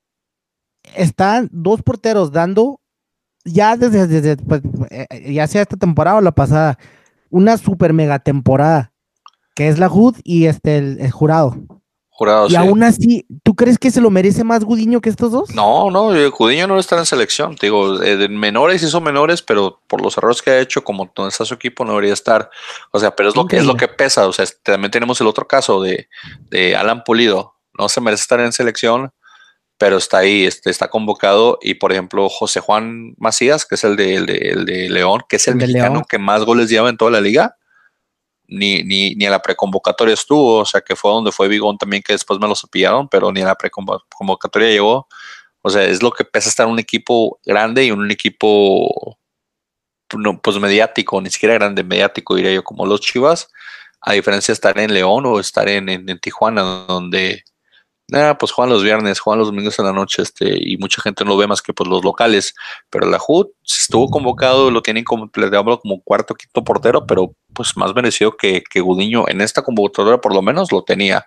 están dos porteros dando, ya pues, ya sea esta temporada o la pasada, una super mega temporada, que es la Hood y el Jurado. Jurado, Y sí. aún así, ¿tú crees que se lo merece más Gudiño que estos dos? No, Gudiño no está en selección. Te digo, de menores hizo menores, pero por los errores que ha hecho, como donde está su equipo, no debería estar. O sea, pero es lo que Increíble. pesa. O sea, también tenemos el otro caso de Alan Pulido. No se merece estar en selección, pero está ahí, está convocado. Y por ejemplo, José Juan Macías, que es el de León, que es el El de León. mexicano que más goles lleva en toda la liga, ni en la preconvocatoria estuvo. O sea, que fue donde fue Bigón también, que después me lo cepillaron, pero ni en la preconvocatoria llegó. O sea, es lo que pesa estar en un equipo grande y en un equipo no, pues mediático, ni siquiera grande, mediático, diría yo, como los Chivas, a diferencia de estar en León o estar en Tijuana, donde pues juegan los viernes, juegan los domingos en la noche, y mucha gente no lo ve más que pues los locales, pero la HUD estuvo convocado, lo tienen como, le hablo como cuarto, quinto portero, pero pues más merecido que Gudiño en esta convocatoria por lo menos lo tenía.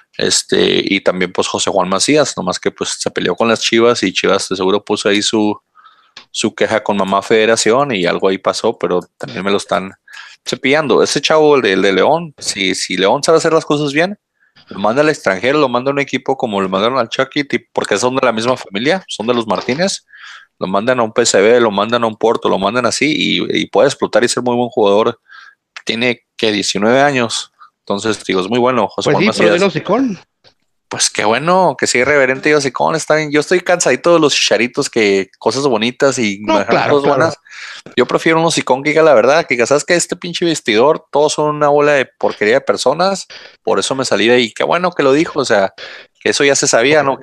Y también pues José Juan Macías, nomás que pues se peleó con las Chivas y Chivas de seguro puso ahí su queja con Mamá Federación y algo ahí pasó, pero también me lo están cepillando. Ese chavo, el de León, si León sabe hacer las cosas bien, lo manda al extranjero, lo manda a un equipo como lo mandaron al Chucky, porque son de la misma familia, son de los Martínez, lo mandan a un PSV, lo mandan a un Porto, lo mandan así y puede explotar y ser muy buen jugador. Tiene que 19 años, entonces digo, es muy bueno, José Pues Juan sí, pero Macías. vino Sicón. Pues qué bueno, que sigue reverente y así con está bien. Yo estoy cansadito de los chicharitos que cosas bonitas y me No, dejaron claro, cosas claro. buenas. Yo prefiero unos sicón que diga la verdad, que sabes que este pinche vestidor, todos son una bola de porquería de personas. Por eso me salí de ahí. Qué bueno que lo dijo, o sea, que eso ya se sabía, ¿no?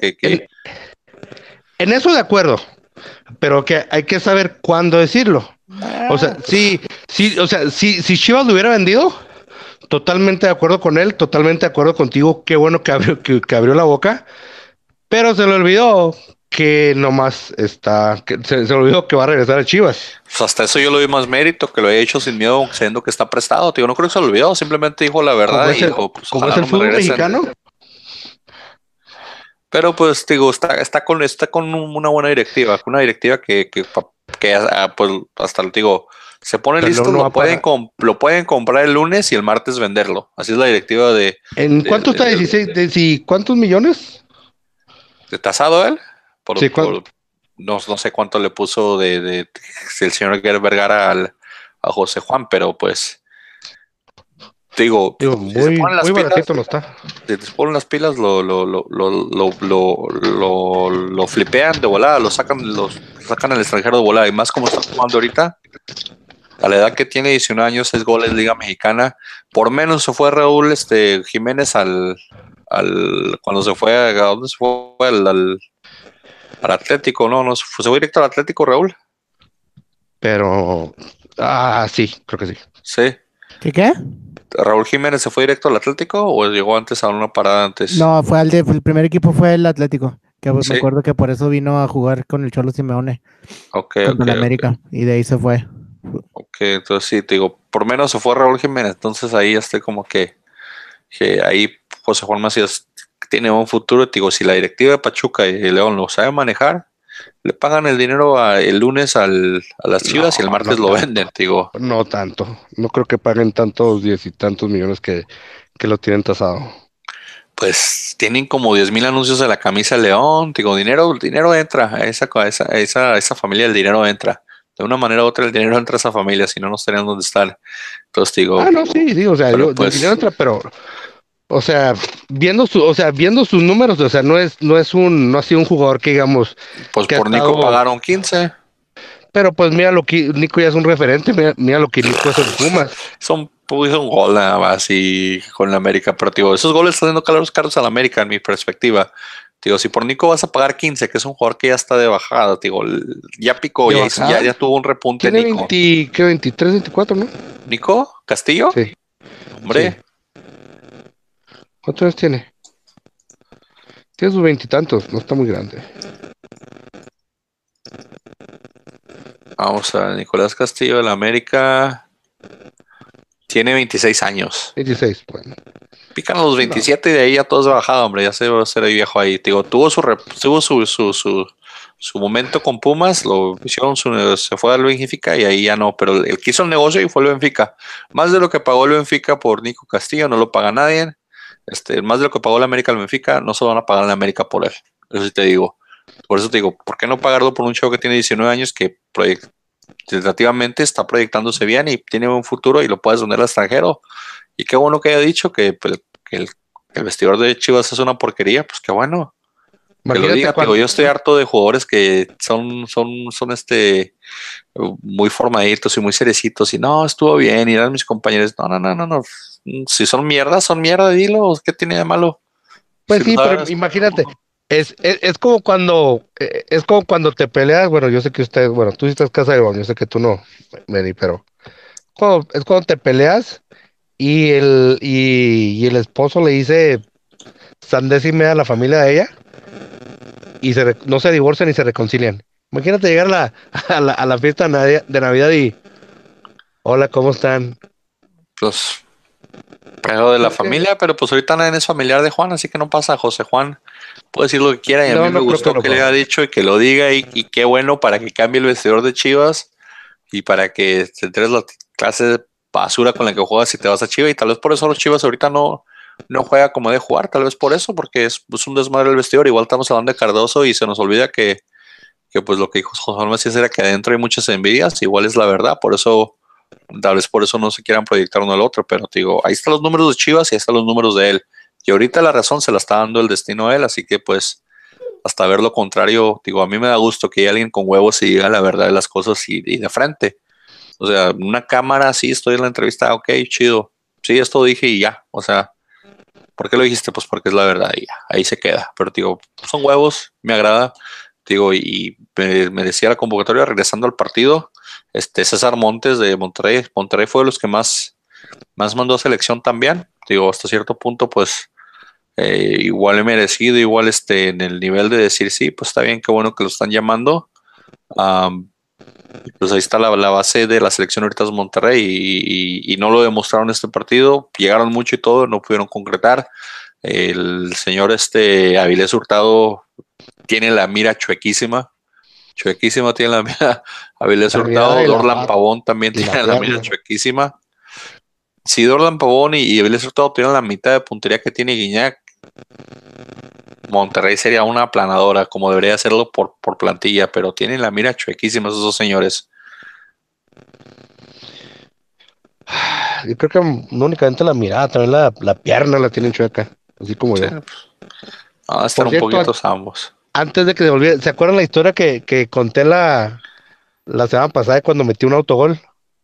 En eso de acuerdo, pero que hay que saber cuándo decirlo. O sea, Pues, sí, o sea, si Chivas lo hubiera vendido, totalmente de acuerdo con él, totalmente de acuerdo contigo, qué bueno que abrió la boca, pero se le olvidó que nomás se le olvidó que va a regresar a Chivas. pues hasta eso yo le doy más mérito, que lo haya hecho sin miedo, sabiendo que está prestado. Tío, no creo que se lo olvidó, simplemente dijo la verdad y dijo, pues Como es ojalá el no me fútbol regresen. mexicano, Pero pues digo, está con una buena directiva, una directiva que pues hasta le digo, se pone pero luego listo, no va lo a pueden, pagar. lo pueden comprar el lunes y el martes venderlo. Así es la directiva de, ¿En de, cuánto de, está de- 16? Sí, ¿cuántos millones? de tasado él, Sí, no sé cuánto le puso si el señor Vergara a José Juan, pero pues digo, digo, si se ponen las muy pilas, baratito no está. si te ponen las pilas, lo flipean de volada, lo sacan al extranjero de volada. Y más como está jugando ahorita, a la edad que tiene 19 años, 6 goles, Liga Mexicana. Por menos se fue Raúl Jiménez cuando se fue, ¿a dónde se fue? Al Atlético, no, se fue directo al Atlético, Raúl. Pero, sí, creo que sí. Sí. ¿Qué? ¿Raúl Jiménez se fue directo al Atlético o llegó antes a una parada antes? No, el primer equipo fue el Atlético, que me Sí, acuerdo que por eso vino a jugar con el Cholo Simeone ok, contra ok, el ok. América, y de ahí se fue. Ok, entonces sí, te digo, por menos se fue Raúl Jiménez, entonces ahí ya estoy como que ahí José Juan Macías tiene un futuro, te digo, si la directiva de Pachuca y León lo sabe manejar, le pagan el dinero el lunes a las Chivas y el No, no martes lo tanto. venden, te digo. No tanto. No creo que paguen tantos 10 y tantos millones que lo tienen tasado. Pues tienen como 10,000 anuncios de la camisa de León, te digo, dinero entra a esa familia, el dinero entra. De una manera u otra el dinero entra a esa familia, si no, no estarían donde están. Entonces digo, No, sí, digo, o sea, pero del dinero pues, entra, pero, o sea, viendo sus números, o sea, no ha sido un jugador que digamos pues que ha por Nico estado, pagaron 15. pero pues mira lo que Nico ya es un referente, mira lo que Nico es en Pumas. Hizo un gol nada más y con la América, pero digo, esos goles están dando caros a la América en mi perspectiva. Digo, si por Nico vas a pagar 15, que es un jugador que ya está de bajada, digo, ya picó, De ya bajada, tuvo un repunte tiene Nico. 20, ¿qué? 23, 24, ¿no? ¿Nico? ¿Castillo? Sí, sí. Hombre, ¿Cuántos años tiene? Tiene sus veintitantos, no está muy grande. vamos a Nicolás Castillo de la América. Tiene 26 años. 26, bueno. Pican los No, 27 y de ahí ya todos de bajada, hombre. Ya se va a ser viejo ahí. Digo, tuvo su momento con Pumas, se fue al Benfica y ahí ya no. Pero el que hizo el negocio y fue el Benfica. Más de lo que pagó el Benfica por Nico Castillo, no lo paga nadie. Más de lo que pagó la América al Benfica, no se van a pagar la América por él. Eso sí te digo. Por eso te digo, ¿por qué no pagarlo por un chavo que tiene 19 años que tentativamente está proyectándose bien y tiene un futuro y lo puedes vender al extranjero? Y qué bueno que haya dicho que el vestidor de Chivas es una porquería, pues qué bueno que lo imagínate diga. Digo, cuando, yo estoy harto de jugadores que son muy formaditos y muy cerecitos y no, estuvo bien y eran mis compañeros. No, no, no, no, no. Si son mierda, dilo, ¿qué tiene de malo? pues Si lo sí, pero sabes. imagínate, es como cuando te peleas, bueno, yo sé que usted, bueno, tú sí estás casa de yo sé que tú no, Benny, pero es cuando te peleas y el esposo le dice sandés y media a la familia de ella y no se divorcian y se reconcilian. Imagínate llegar a la fiesta de Navidad y, hola, ¿cómo están? Pues, pero de la ¿Sabes qué? familia, pero pues ahorita nadie es familiar de Juan, así que no pasa. José Juan puede decir lo que quiera y a mí No, me no creo que gustó lo que le haya dicho y que lo diga y qué bueno para que cambie el vestidor de Chivas y para que te enteres la clase de basura con la que juegas si te vas a Chivas y tal vez por eso los Chivas ahorita no juega como de jugar, tal vez por eso, porque es pues, un desmadre el vestidor. Igual estamos hablando de Cardoso y se nos olvida que pues lo que dijo José Juan Macías era que adentro hay muchas envidias, igual es la verdad, por eso tal vez por eso no se quieran proyectar uno al otro, pero te digo, ahí están los números de Chivas y ahí están los números de él. Y ahorita la razón se la está dando el destino a él, así que pues hasta ver lo contrario, digo, a mí me da gusto que haya alguien con huevos y diga la verdad de las cosas y de frente. O sea, una cámara, sí, estoy en la entrevista, ok, chido. Sí, esto dije y ya. O sea, ¿por qué lo dijiste? Pues porque es la verdad y ya, ahí se queda. Pero digo, son huevos, me agrada. Digo, y me decía la convocatoria regresando al partido, César Montes de Monterrey. Monterrey fue de los que más mandó a selección también. Digo, hasta cierto punto, pues igual he merecido, igual en el nivel de decir sí, pues está bien, qué bueno que lo están llamando. Am, pues ahí está la base de la selección ahorita es Monterrey y no lo demostraron en este partido. Llegaron mucho y todo, no pudieron concretar. El señor Avilés Hurtado tiene la mira chuequísima. Chuequísima tiene la mira Avilés La mirada Hurtado. y la Dorlan barra Pavón también y la tiene la mira pierna. chuequísima. Si Dorlan Pavón y Avilés Hurtado tienen la mitad de puntería que tiene Guiñac, Monterrey sería una aplanadora, como debería hacerlo por plantilla, pero tienen la mira chuequísima esos dos señores. Yo creo que no únicamente la mirada, también la pierna la tienen chueca, así como Sí, yo. van a estar Por un cierto, poquito ambos. antes de que se volviera, ¿se acuerdan la historia que conté la semana pasada cuando metí un autogol?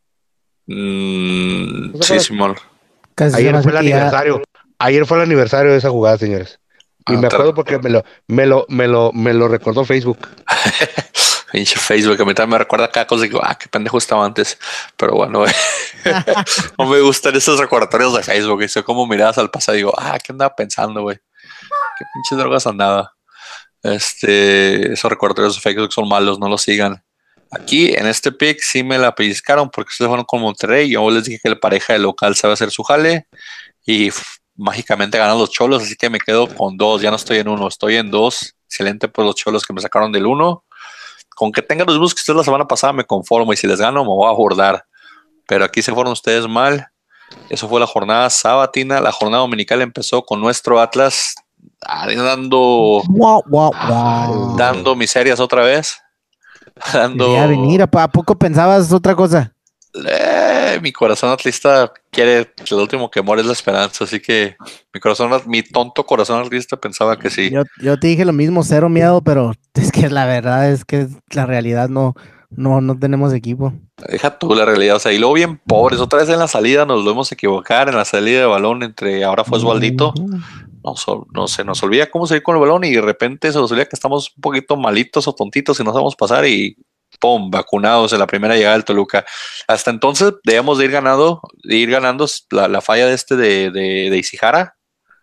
¿No se Sí, acuerdan? Simón. Casi se me Ayer fue hace el que ya. aniversario. Ayer fue el aniversario de esa jugada, señores. Y Ah, me acuerdo porque me lo recordó Facebook. Pinche Facebook, a mí también me recuerda cada cosa y digo, qué pendejo estaba antes. Pero bueno, no me gustan esos recordatorios de Facebook. Y soy como miradas al pasado y digo, ¿qué andaba pensando, güey? ¿Qué pinches drogas andaba? Esos recordatorios de Facebook son malos, no los sigan. Aquí en este pick sí me la pellizcaron porque ustedes fueron con Monterrey. Yo les dije que la pareja del local sabe hacer su jale y mágicamente ganan los Cholos, así que me quedo con 2. Ya no estoy en 1, estoy en 2. Excelente por los Cholos que me sacaron del 1. Con que tengan los mismos que ustedes la semana pasada me conformo y si les gano me voy a abordar. Pero aquí se fueron ustedes mal. Eso fue la jornada sabatina. La jornada dominical empezó con nuestro Atlas dando miserias otra vez. Quería venir, ¿a poco pensabas otra cosa? Mi corazón atlista quiere que lo último que muere es la esperanza, así que mi tonto corazón atlista pensaba que sí. Yo te dije lo mismo, cero miedo, pero es que la verdad es que la realidad no tenemos equipo. Deja tú la realidad, o sea, y luego bien pobres, otra vez en la salida nos volvemos a equivocar, en la salida de balón ahora fue Osvaldito, no se nos olvida cómo salir con el balón y de repente se nos olvida que estamos un poquito malitos o tontitos y no sabemos pasar y ¡pum! Vacunados en la primera llegada del Toluca. Hasta entonces debemos de ir ganando la falla de Isijara.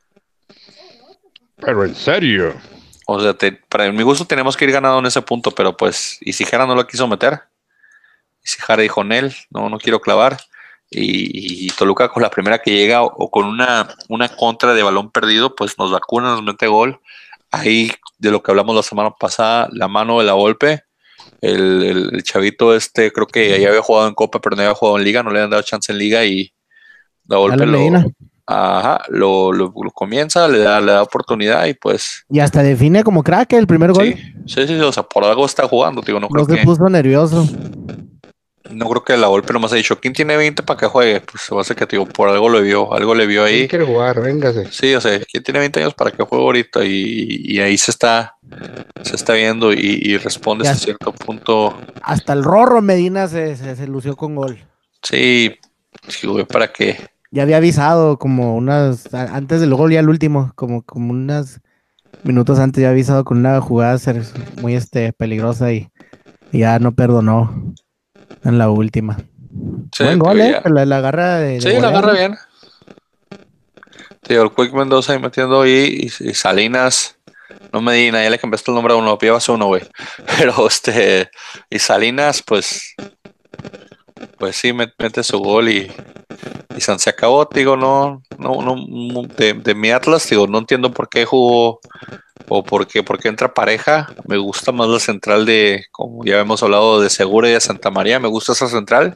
Pero en serio. O sea, para mi gusto tenemos que ir ganando en ese punto, pero pues Isijara no lo quiso meter. Isijara dijo, Nel, no quiero clavar. Y Toluca con la primera que llega o con una contra de balón perdido, pues nos vacuna, nos mete gol. Ahí de lo que hablamos la semana pasada, la mano de la Volpe. El chavito creo que ya había jugado en Copa, pero no había jugado en Liga, no le habían dado chance en Liga y la Volpe lo comienza, le da oportunidad y pues... Y hasta define como crack el primer gol. Sí, o sea, por algo está jugando, digo, no creo que... se puso nervioso. No creo que la Volpe nomás ha dicho, ¿quién tiene 20 para que juegue? Pues se va a hacer que, digo, por algo le vio ahí. ¿Quién quiere jugar? Véngase. Sí, o sea, ¿quién tiene 20 años para que juegue ahorita? Y ahí se está viendo y responde hasta cierto punto. Hasta el Rorro Medina se lució con gol. Sí, güey, ¿para qué? Ya había avisado como antes del gol, ya el último, como unos minutos antes ya había avisado con una jugada muy peligrosa y ya no perdonó en la última. Sí, buen gol, la agarra de sí, la agarra bien. Tío, el Quick Mendoza ahí metiendo y Salinas, no Medina, ya le cambiaste el nombre a uno, llevas uno, güey. Pero y Salinas, pues sí, mete su gol y se acabó, digo, no, de mi Atlas, digo, no entiendo por qué jugó o por qué entra pareja. Me gusta más la central como ya hemos hablado, de Segura y de Santa María, me gusta esa central.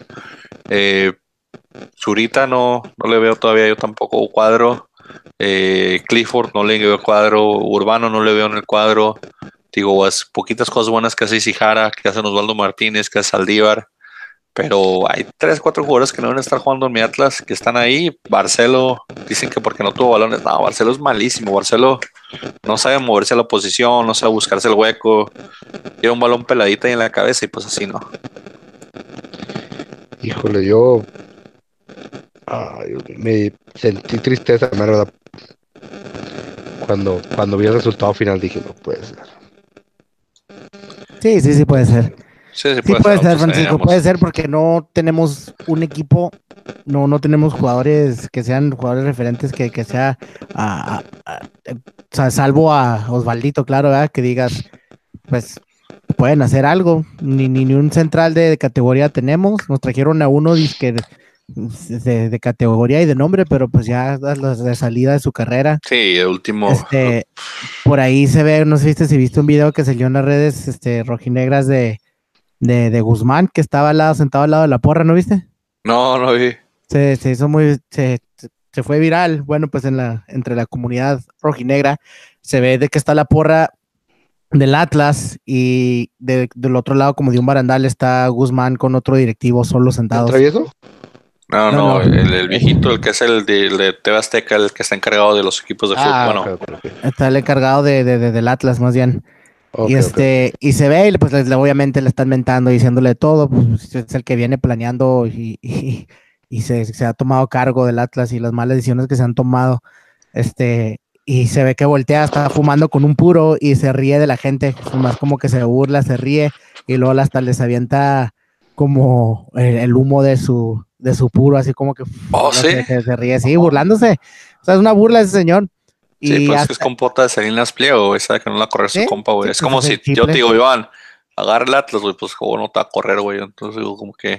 Zurita no le veo todavía yo tampoco cuadro. Clifford no le veo cuadro. Urbano no le veo en el cuadro. Digo, poquitas cosas buenas que hace Isijara, que hace Osvaldo Martínez, que hace Saldívar. Pero hay 3-4 jugadores que no deben estar jugando en mi Atlas, que están ahí. Barcelo, dicen que porque no tuvo balones. No, Barcelo es malísimo. Barcelo no sabe moverse a la posición, no sabe buscarse el hueco. Tiene un balón peladita ahí en la cabeza y pues así no. Híjole, yo me sentí tristeza, la verdad. Cuando vi el resultado final dije, no puede ser. Sí puede ser. Sí puede ser, Francisco, puede ser porque no tenemos un equipo, no tenemos jugadores que sean jugadores referentes que sea, o sea, salvo a Osvaldito, claro, ¿verdad? Que digas, pues pueden hacer algo, ni un central de categoría tenemos, nos trajeron a uno de categoría y de nombre, pero pues ya de salida de su carrera. Sí, el último. Por ahí se ve, no sé si viste un video que salió en las redes rojinegras de Guzmán, que estaba sentado al lado de la porra, ¿no viste? No vi. Se hizo se fue viral, bueno, pues entre la comunidad rojinegra, se ve de que está la porra del Atlas y del otro lado, como de un barandal, está Guzmán con otro directivo solo sentados. ¿El travieso? No. El viejito, el que es el de TV Azteca, el que está encargado de los equipos de fútbol. Bueno. Okay. Está el encargado del Atlas, más bien. Okay. Y se ve, y pues obviamente le están mentando, diciéndole todo, pues es el que viene planeando y se ha tomado cargo del Atlas y las malas decisiones que se han tomado, y se ve que voltea, está fumando con un puro y se ríe de la gente, más como que se burla, se ríe, y luego hasta les avienta como el humo de su puro, así como que ¿sí? se ríe así, burlándose. O sea, es una burla ese señor. Sí, Y pues hasta, es compota de Salinas Pliego, güey, sabe que no la correr su ¿sí? compa, güey. Sí, Es pues como es el si yo te chifle. digo, Iván, agarra el Atlas, güey, pues como no te va a correr, güey. Entonces digo, como que.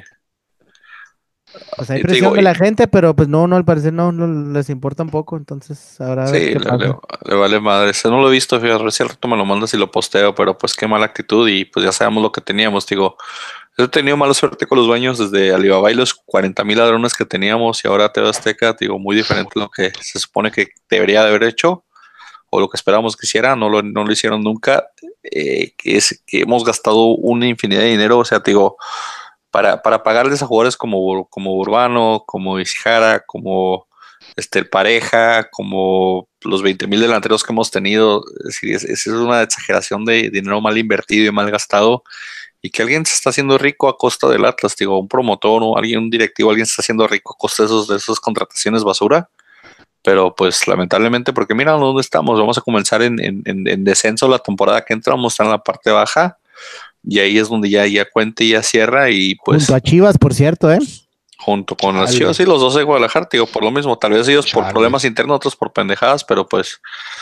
Pues hay Y te presión digo, de la gente, pero pues no, al parecer no les importa un poco, entonces habrá a ver sí, qué pasa. le vale madre. Ese no lo he visto, fíjate, a ver si al rato me lo mandas y lo posteo, pero pues qué mala actitud y pues ya sabemos lo que teníamos, digo. He tenido mala suerte con los dueños desde Alibaba y los 40,000 ladrones que teníamos y ahora TV Azteca, digo, muy diferente a lo que se supone que debería de haber hecho o lo que esperábamos que hiciera, no lo hicieron nunca, que es que hemos gastado una infinidad de dinero, o sea, digo, para pagarles a jugadores como Urbano, como Ishihara, como el Pareja, como los 20,000 delanteros que hemos tenido, es una exageración de dinero mal invertido y mal gastado, y que alguien se está haciendo rico a costa del Atlas, digo, un promotor o alguien, un directivo, alguien se está haciendo rico a costa de esas contrataciones basura. Pero pues lamentablemente, porque mira dónde estamos, vamos a comenzar en descenso la temporada que entra, vamos a estar en la parte baja y ahí es donde ya cuenta y ya cierra y Junto pues a Chivas, por cierto, ¿eh? junto con las Chivas y los dos de Guadalajara, digo, por lo mismo, tal vez ellos por problemas internos, otros por pendejadas, pero pues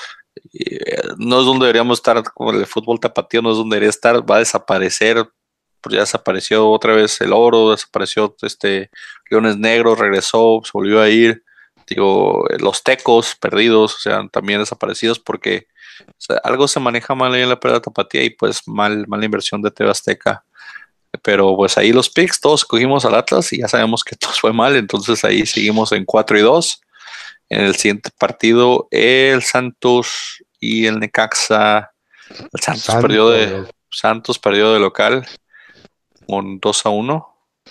no es donde deberíamos estar, como el fútbol tapatío no es donde debería estar, va a desaparecer, pues ya desapareció otra vez el oro, desapareció Leones Negros, regresó, se volvió a ir, digo, los Tecos perdidos, o sea, también desaparecidos porque o sea, algo se maneja mal ahí en la pelota tapatía y pues mala inversión de TV Azteca. Pero pues ahí los picks, todos cogimos al Atlas y ya sabemos que todo fue mal, entonces ahí seguimos en 4-2. En el siguiente partido, el Santos y el Necaxa. El Santos perdió de local con 2-1.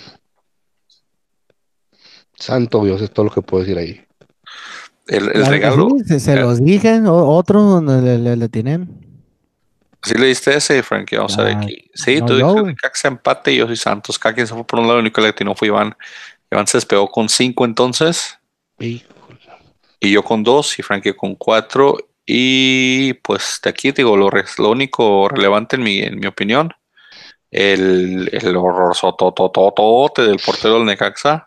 Santo Dios, es todo lo que puedo decir ahí. El Claro regalo. sí, se los dije, otro donde le tienen. ¿Sí le diste ese, Frankie? Vamos a ver aquí. Sí, no, tú yo, dijiste güey. Necaxa empate y yo soy Santos. Cada quien se fue por un lado, el único que le atinó fue Iván. Iván se despegó con 5 entonces. Híjole. Y yo con 2 y Frankie con 4. Y pues de aquí digo, lo único relevante en mi opinión, el horror sotototote del portero del Necaxa,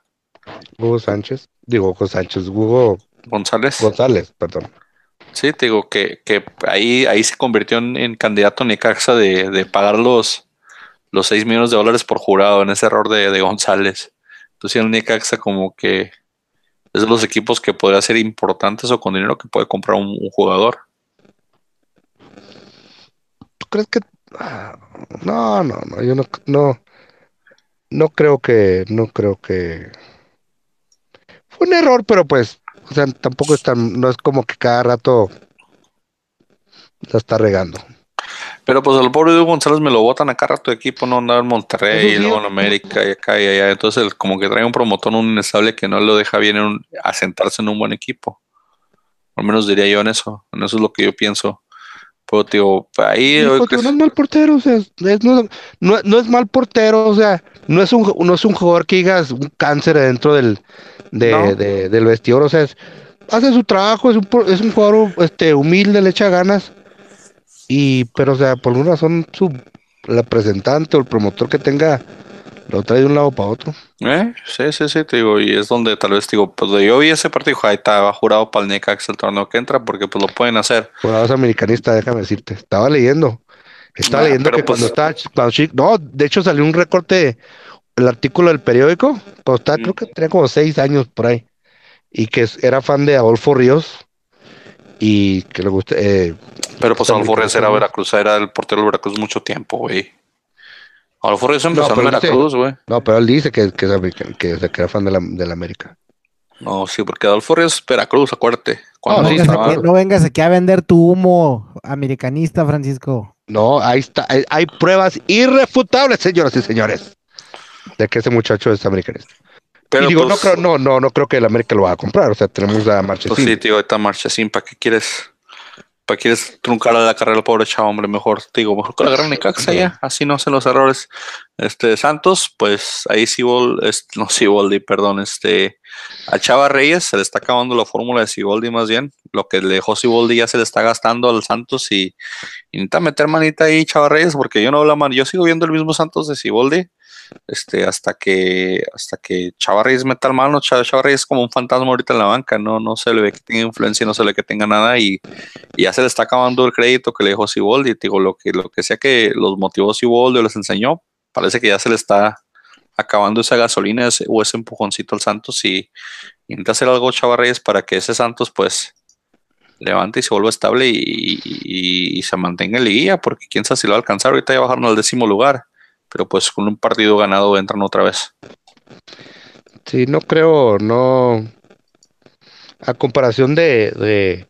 Hugo González. González, perdón. Sí, te digo que ahí se convirtió en candidato Necaxa de pagar los 6 millones de dólares por jurado en ese error de González. Entonces el Necaxa como que es de los equipos que podría ser importantes o con dinero que puede comprar un jugador. ¿Tú crees que no, yo no creo que fue un error, pero pues, o sea, tampoco no es como que cada rato la está regando. Pero pues al pobre Diego González me lo botan acá rato de equipo, no andaba en Monterrey Eso y sí, luego en América y acá y allá. Entonces como que trae un promotor un inestable que no lo deja bien asentarse en un buen equipo. Al menos diría yo en eso. En eso es lo que yo pienso. Pero tío, ahí y pues, no es mal portero, o sea, no es mal portero, o sea, no es un jugador que digas un cáncer dentro no. del vestidor, o sea, hace su trabajo, es un jugador humilde, le echa ganas, pero o sea, por alguna razón su representante o el promotor que tenga lo trae de un lado para otro. Sí, te digo, y es donde tal vez digo, pues yo vi ese partido, ahí estaba jurado para el Necaxa el torneo que entra, porque pues lo pueden hacer. Jugador americanista, déjame decirte, estaba leyendo Pero que pues, no, de hecho salió un recorte, el artículo del periódico, cuando estaba, creo que tenía como 6 años por ahí, y que era fan de Adolfo Ríos, y que le gusta, pero pues Adolfo Ríos era Veracruz, era el portero del Veracruz mucho tiempo, güey. Adolfo Ríos empezó en Veracruz, güey. No, pero él dice que es americano, que era fan de la América. No, sí, porque Adolfo Ríos es Veracruz, acuérdate. No vengas aquí a vender tu humo americanista, Francisco. No, ahí está, hay pruebas irrefutables, señoras y señores, de que ese muchacho es americanista. Pero y digo, pues, no creo que el América lo va a comprar, o sea, tenemos a Marchesín. Pues sí, tío, ahorita Marchesín, ¿para qué quieres? ¿Para quieres truncar a la carrera al pobre chavo, hombre? Mejor que la agarren Necaxa ya, así no hacen los errores. Santos, pues ahí Siboldi, perdón, a Chava Reyes se le está acabando la fórmula de Siboldi más bien. Lo que le dejó Siboldi ya se le está gastando al Santos y intenta meter manita ahí Chava Reyes, porque yo no hablo mal, yo sigo viendo el mismo Santos de Siboldi. Hasta que Chava Reyes meta el mano. Chava Reyes es como un fantasma ahorita en la banca, no se le ve que tenga influencia, no se le ve que tenga nada y ya se le está acabando el crédito que le dejó Siboldi. Digo, lo que sea que los motivó Siboldi o les enseñó, parece que ya se le está acabando esa gasolina o ese empujoncito al Santos y intenta hacer algo Chava Reyes para que ese Santos pues levante y se vuelva estable y se mantenga en liguilla, porque quién sabe si lo va a alcanzar. Ahorita ya bajaron al 10º lugar, pero pues con un partido ganado entran otra vez. Sí, no creo, no. A comparación de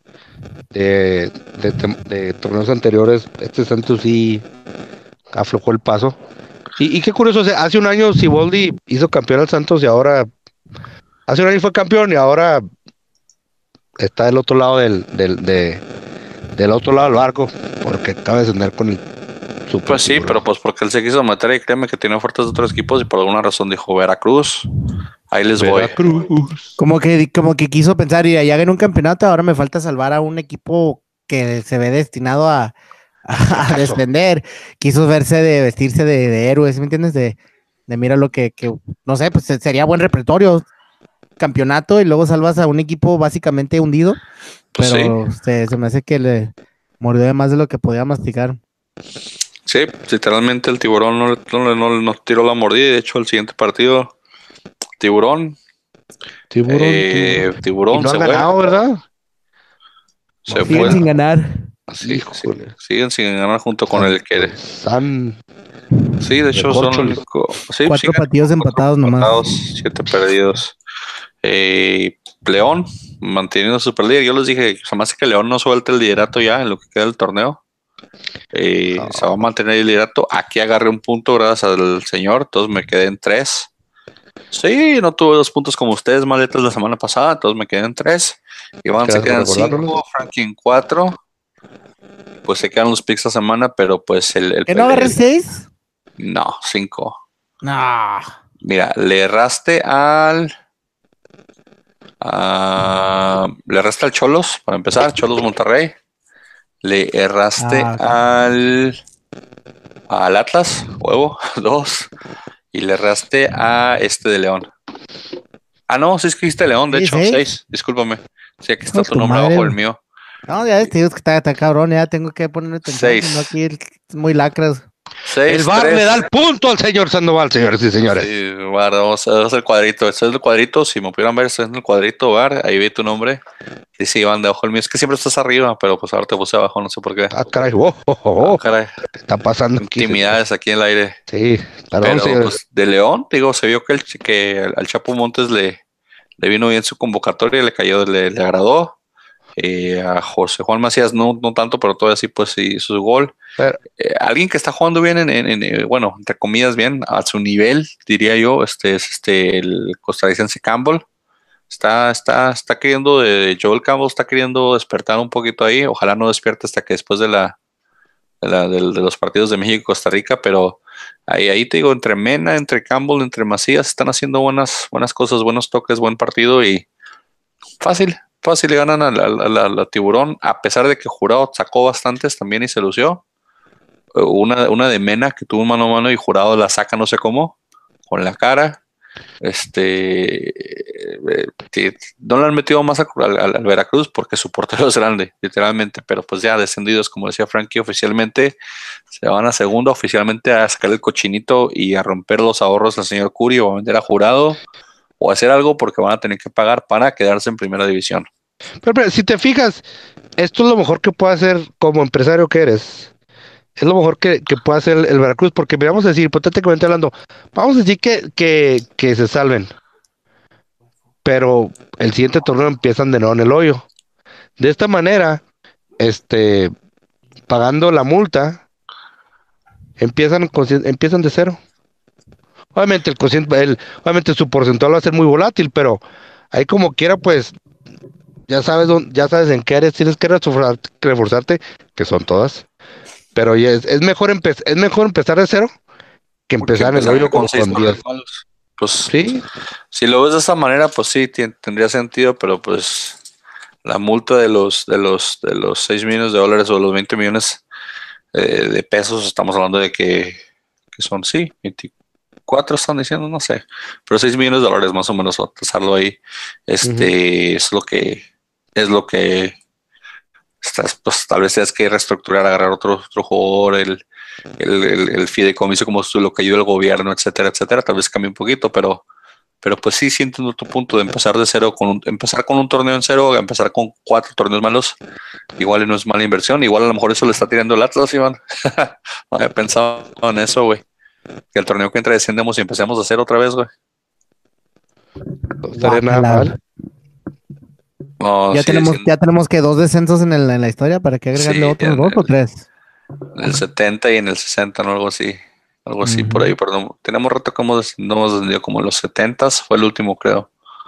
torneos anteriores, este Santos sí aflojó el paso. Y qué curioso, o sea, hace un año Siboldi hizo campeón al Santos y ahora, hace un año fue campeón y ahora está del otro lado del otro lado del barco, porque acaba de descender con el Super. Pues sí, pero pues porque él se quiso meter y créeme que tiene ofertas de otros equipos y por alguna razón dijo Veracruz. Ahí les Veracruz. voy. Como que quiso pensar, y ya gané un campeonato, ahora me falta salvar a un equipo que se ve destinado a descender. Quiso vestirse de héroes, ¿me entiendes? De mira lo que, no sé, pues sería buen repertorio, campeonato, y luego salvas a un equipo básicamente hundido, pues pero sí. Se me hace que le mordió de más de lo que podía masticar. Sí, literalmente el tiburón no tiró la mordida. De hecho, el siguiente partido, tiburón. Y no han ganado, ¿verdad? Siguen sin ganar. Sí, siguen sin ganar junto con el que... Sí, de hecho son 4 partidos empatados nomás. 7 perdidos. León manteniendo su super líder. Yo les dije, jamás que León no suelte el liderato ya en lo que queda del torneo. Se va a mantener el liderato. Aquí agarré un punto gracias al señor, entonces me quedé en 3. Sí, no tuve 2 puntos como ustedes, maletas, la semana pasada, entonces me quedé en 3. Iván se queda en 5, Frankie en 4. Pues se quedan los picks esta semana, pero pues ¿Que no agarré 6? No, 5. No. Mira, le erraste al Cholos, para empezar, Cholos Monterrey. Le erraste al Atlas, huevo, 2. Y le erraste a de León. No, sí escribiste León, de hecho, 6. Discúlpame. Sí, aquí está tu nombre abajo el mío. No, ya te digo que está cabrón, ya tengo que ponerle atención. 6. No, aquí es muy lacras. 6, el VAR le da el punto al señor Sandoval, señores y señores. Sí, vamos a hacer el cuadrito. Este es el cuadrito. Si me pudieran ver, este es el cuadrito, VAR. Ahí vi tu nombre. Y sí, Iván, debajo el mío. Es que siempre estás arriba, pero pues ahora te puse abajo, no sé por qué. Caray. Caray. ¿Qué está pasando? Intimidades aquí en el aire. Sí, perdón, pero pues, de León, digo, se vio que al Chapo Montes le vino bien su convocatoria, le agradó. A José Juan Macías no tanto, pero todavía sí, pues sí, su gol. Pero, alguien que está jugando bien bueno, entre comillas bien, a su nivel, diría yo, es el costarricense Campbell. Está queriendo, Joel Campbell está queriendo despertar un poquito ahí. Ojalá no despierte hasta que después de los partidos de México y Costa Rica, pero ahí te digo, entre Mena, entre Campbell, entre Macías, están haciendo buenas cosas, buenos toques, buen partido y fácil le ganan a Tiburón, a pesar de que Jurado sacó bastantes también y se lució. Una de Mena que tuvo un mano a mano y Jurado la saca no sé cómo, con la cara. No le han metido más al Veracruz porque su portero es grande, literalmente, pero pues ya descendidos, como decía Frankie, oficialmente se van a segunda, oficialmente a sacar el cochinito y a romper los ahorros al señor Curi o a vender a Jurado o hacer algo porque van a tener que pagar para quedarse en primera división. Pero si te fijas, esto es lo mejor que puede hacer como empresario que eres. Es lo mejor que puede hacer el Veracruz, porque vamos a decir, hipotéticamente hablando, vamos a decir que se salven, pero el siguiente torneo empiezan de nuevo en el hoyo. De esta manera, pagando la multa, empiezan de cero. Obviamente obviamente su porcentual va a ser muy volátil, pero ahí como quiera, pues ya sabes ya sabes en qué áreas tienes que reforzarte, que son todas. Pero ya es mejor es mejor empezar de cero que Porque empezar en el empezar hoyo con seis con 10. torneos malos. Pues, Sí, si lo ves de esa manera, pues sí, tendría sentido, pero pues la multa de los 6 millones de dólares o los 20 millones de pesos, estamos hablando de que son, sí, 24 están diciendo, no sé, pero 6 millones de dólares más o menos, o tasarlo ahí, ujú. es lo que estás, pues tal vez tienes que reestructurar, agarrar otro jugador, el fideicomiso como lo que ayuda el gobierno, etcétera, etcétera, tal vez cambie un poquito, pero pues sí, sí entiendo tu punto de empezar de cero, empezar con un torneo en cero, empezar con 4 torneos malos, igual y no es mala inversión, igual a lo mejor eso le está tirando el Atlas, Iván. No había pensado en eso, güey. Que el torneo que entra descendemos y empecemos a cero otra vez, güey. No estaría nada Guácala. mal. No, sí, Ya tenemos que 2 descensos en la historia, ¿para qué agregarle sí, otros 2 o 3? en el 70 y en el 60, ¿no? Algo así por ahí, pero tenemos rato que no hemos descendido como en los 70s, fue el último, creo.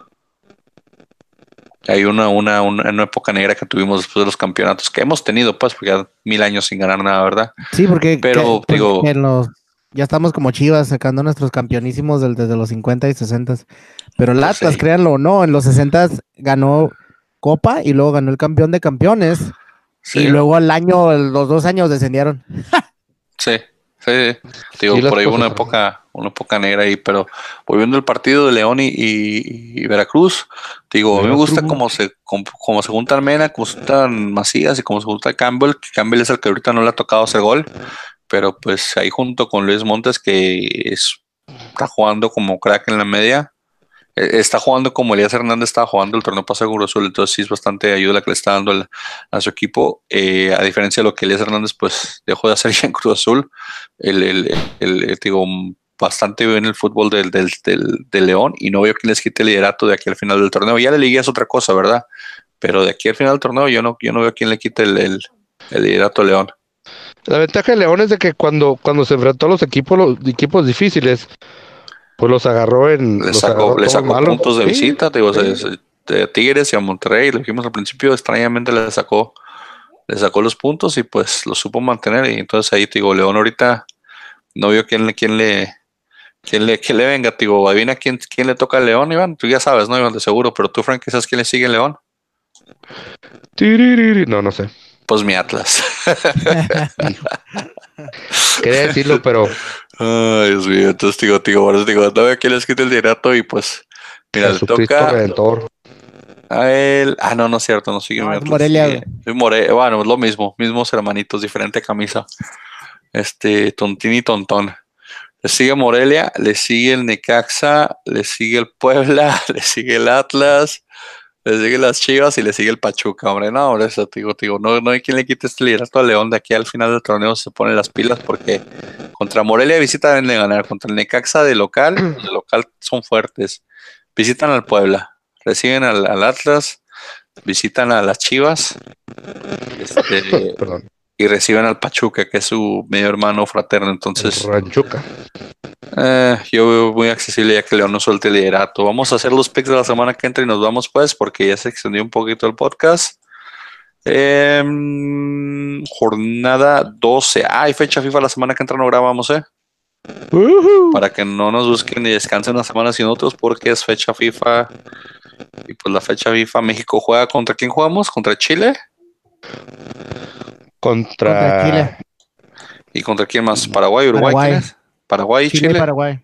Hay una época negra que tuvimos después de los campeonatos que hemos tenido, pues, porque ya 1000 años sin ganar nada, ¿verdad? Sí, porque Pero digo, ya estamos como Chivas sacando nuestros campeonísimos desde los 50 y 60. Pero el pues Atlas, sí, créanlo o no, en los 60 ganó Copa y luego ganó el campeón de campeones. Y sí, luego los 2 años descendieron. sí, sí. Sí, Digo, las por ahí hubo cosas una son. época negra ahí, pero volviendo al partido de León y Veracruz, digo, a mí me gusta Veracruz. cómo se juntan Mena, cómo se juntan Macías y cómo se junta Campbell, que Campbell es el que ahorita no le ha tocado hacer gol, pero pues ahí junto con Luis Montes, está jugando como crack en la media. Está jugando como Elías Hernández estaba jugando el torneo pasado Cruz Azul, entonces sí es bastante ayuda la que le está dando a su equipo. A diferencia de lo que Elías Hernández pues dejó de hacer ya en Cruz Azul, digo, bastante bien el fútbol del León y no veo quién les quite el liderato de aquí al final del torneo. Ya la liga es otra cosa, ¿verdad? Pero de aquí al final del torneo yo no veo quién le quite el liderato al León. La ventaja de León es de que cuando se enfrentó a los equipos difíciles, pues Le los agarró sacó, a le todos sacó malos. puntos de Sí, visita, digo, sí. de Tigres y a Monterrey, lo dijimos al principio, extrañamente le sacó los puntos y pues los supo mantener. Y entonces ahí te digo, León ahorita no vio quién le venga, te digo, adivina quién le toca a León, Iván. Tú ya sabes, ¿no, Iván? De seguro, pero tú, Frank, ¿sabes quién le sigue a León? No, no sé. Pues mi Atlas. Hijo. Quería decirlo, pero Ay, Dios mío, entonces por eso digo, no veo quién les quite el liderato y pues, mira, le Jesucristo toca Redentor. a él. Ah, no, no es cierto, no sigue No, mi es Atlas, Morelia, güey. sigue bueno, es lo mismo, mismos hermanitos, diferente camisa. Tontín y Tontón. Le sigue Morelia, le sigue el Necaxa, le sigue el Puebla, le sigue el Atlas, le sigue las Chivas y le sigue el Pachuca, hombre. No, hombre, eso te digo, no hay quien le quite este liderato a León de aquí al final del torneo se ponen las pilas porque contra Morelia de visita deben de ganar, contra el Necaxa los de local son fuertes. Visitan al Puebla, reciben al Atlas, visitan a las Chivas, este, Perdón. y reciben al Pachuca, que es su medio hermano fraterno. El Entonces, Ranchuca. yo veo muy accesible ya que León no suelte el liderato. Vamos a hacer los picks de la semana que entra y nos vamos pues, porque ya se extendió un poquito el podcast. Jornada 12. Hay fecha FIFA la semana que entra, no grabamos, para que no nos busquen y descansen una semana sin otros, porque es fecha FIFA. Y pues la fecha FIFA, México juega contra quién jugamos, contra Chile. Contra Chile. ¿Y contra quién más? Paraguay, Uruguay, ¿quién Paraguay. es? Paraguay y Chile y Chile. Paraguay.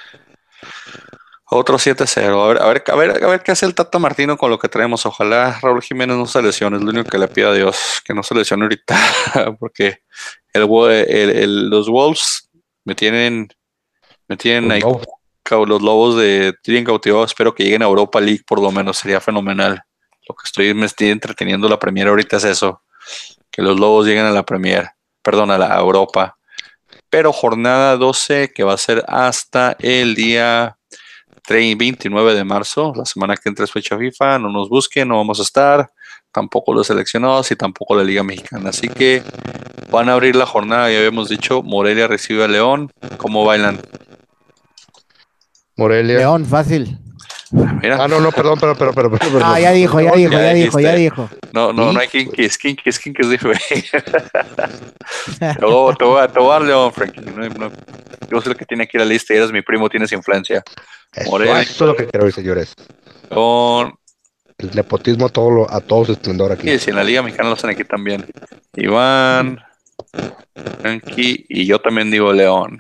Otro 7-0. A ver qué hace el Tata Martino con lo que traemos. Ojalá Raúl Jiménez no se lesione. Es lo único que le pido a Dios, que no se lesione ahorita. Porque los Wolves me tienen ahí. No. Los Lobos tienen cautivado. Espero que lleguen a Europa League por lo menos. Sería fenomenal. Me estoy entreteniendo la Premier ahorita es eso. Que los Lobos lleguen a la Premier. Perdón, a Europa. Pero jornada 12 que va a ser hasta el día 29 de marzo, la semana que entra es fecha FIFA, no nos busquen, no vamos a estar, tampoco los seleccionados y tampoco la Liga Mexicana, así que van a abrir la jornada, ya habíamos dicho, Morelia recibe a León, ¿cómo bailan? Morelia. León, fácil. Mira. No, perdón. Ya dijo. No hay Kinkies es diferente. Te voy a dar León, Frankie. Yo sé lo que tiene aquí la lista y eres mi primo, tienes influencia. Eso es lo que quiero, señores. León. El nepotismo a todo su esplendor aquí. Sí, si en la Liga Mexicana lo hacen aquí también. Iván, Frankie y yo también digo León.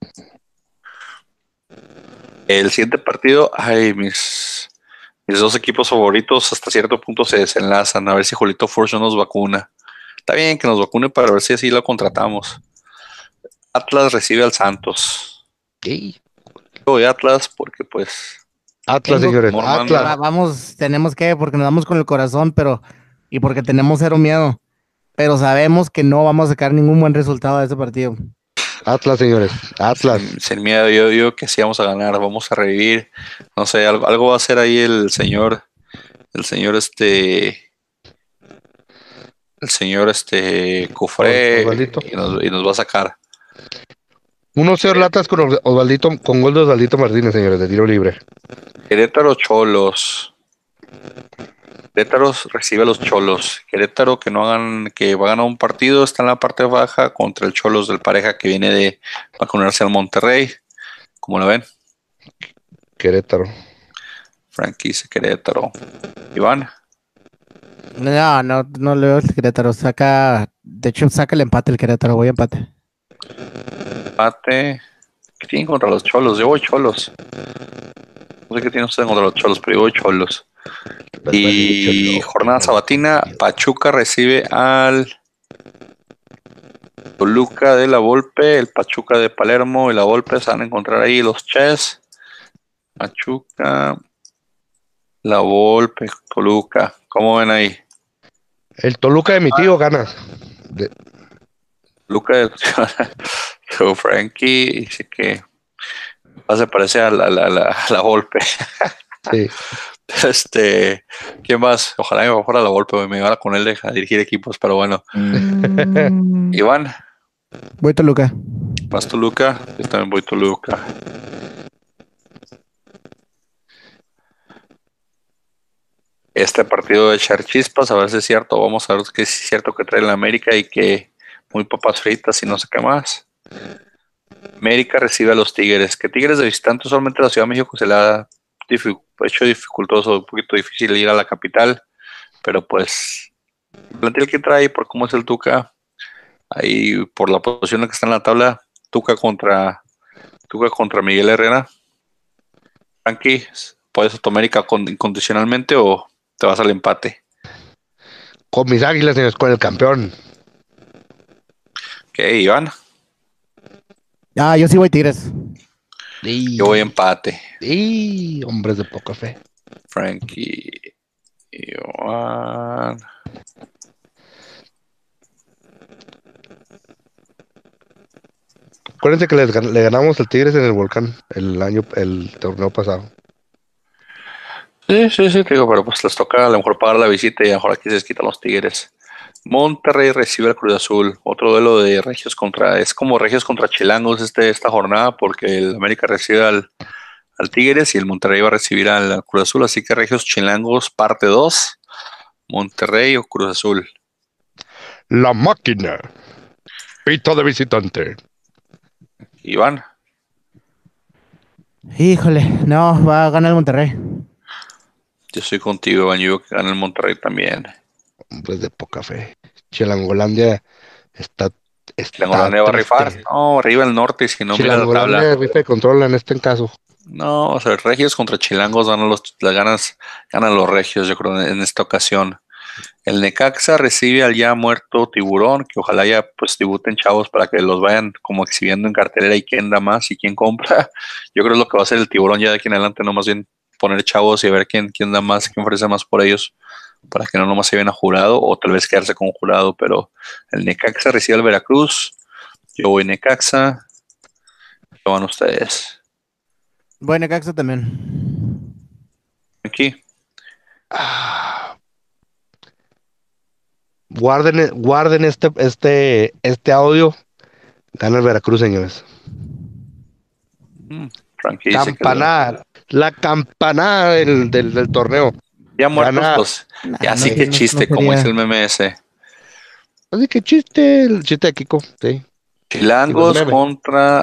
El siguiente partido, mis dos equipos favoritos hasta cierto punto se desenlazan. A ver si Julito Furch nos vacuna. Está bien que nos vacune para ver si así lo contratamos. Atlas recibe al Santos. Sí. Voy a Atlas porque pues... Atlas, señores. Vamos, tenemos que, porque nos damos con el corazón, y porque tenemos cero miedo. Pero sabemos que no vamos a sacar ningún buen resultado de ese partido. Atlas, señores. Atlas. Sin miedo, yo digo que sí vamos a ganar, vamos a revivir. No sé, algo va a hacer ahí el señor Cufré y nos va a sacar. 1-0 Latas con Osvaldito, con gol de Osvaldito Martínez, señores, de tiro libre. Querétaro Cholos. Querétaro recibe a los Cholos. Querétaro que va a ganar un partido, está en la parte baja contra el Cholos del Pareja que viene de vacunarse al Monterrey. ¿Cómo lo ven? Querétaro. Franquicia Querétaro. Iván. No le veo el Querétaro. De hecho, saca el empate el Querétaro. Voy a empate. Empate. ¿Qué tienen contra los Cholos? Yo voy Cholos. No sé qué tienen ustedes contra los Cholos, pero yo voy Cholos. Y jornada sabatina, Pachuca recibe al Toluca de la Volpe, el Pachuca de Palermo y la Volpe se van a encontrar ahí los Ches. Pachuca, la Volpe, Toluca. ¿Cómo ven ahí? El Toluca de mi tío gana. Toluca de Frankie dice que se parece a la Volpe. Sí. ¿Quién más? Ojalá me fuera la Volpe, me iba con él a dirigir equipos, pero bueno. Iván. Voy Toluca. ¿Vas Toluca? Yo también voy Toluca. Este partido de echar chispas, a ver si es cierto. Vamos a ver que es cierto que trae la América y que muy papas fritas y no sé qué más. América recibe a los Tigres. Que Tigres de visitante solamente la Ciudad de México se le ha hecho dificultoso, un poquito difícil ir a la capital, pero pues el plantel que trae, por cómo es el Tuca, ahí por la posición en que está en la tabla, Tuca contra Miguel Herrera. Frankie, ¿puedes a tu América incondicionalmente o te vas al empate? Con mis águilas, señores, con el campeón. Ok, Iván. Yo sí voy Tigres. Yo voy empate. Hombres de poca fe. Frankie, Iván. Acuérdense que le ganamos al Tigres en el Volcán el torneo pasado. Sí, digo, pero pues les toca a lo mejor pagar la visita y a lo mejor aquí se quitan los Tigres. Monterrey recibe al Cruz Azul, otro duelo de Regios es como Regios contra Chilangos esta jornada, porque el América recibe al Tigres y el Monterrey va a recibir al Cruz Azul, así que Regios Chilangos parte 2, Monterrey o Cruz Azul. La máquina. Pito de visitante. Iván. Híjole, no, va a ganar el Monterrey. Yo estoy contigo, Iván, yo que gana el Monterrey también. Hombres de poca fe. Chilangolandia está Chilangolandia va a rifar. No, arriba el norte, si no mira la tabla. Rifa y controla en este caso. No, o sea, Regios contra Chilangos ganan los Regios, yo creo, en esta ocasión. El Necaxa recibe al ya muerto Tiburón, que ojalá ya pues debuten chavos para que los vayan como exhibiendo en cartelera y quién da más y quién compra. Yo creo que es lo que va a hacer el Tiburón ya de aquí en adelante, no más bien poner chavos y ver quién da más, quién ofrece más por ellos, para que no nomás se vayan a jurado o tal vez quedarse con jurado, pero el Necaxa recibe al Veracruz. Yo voy Necaxa. ¿Qué van ustedes? Voy Necaxa también. Aquí. Guarden este audio. Gana el Veracruz, señores. Frankie la campanada del torneo. Ya muertos, Gana- pues. Ya sí que chiste, no como sería. dice el meme ese. Así que chiste, el chiste de Kiko, sí. Chilangos meme. contra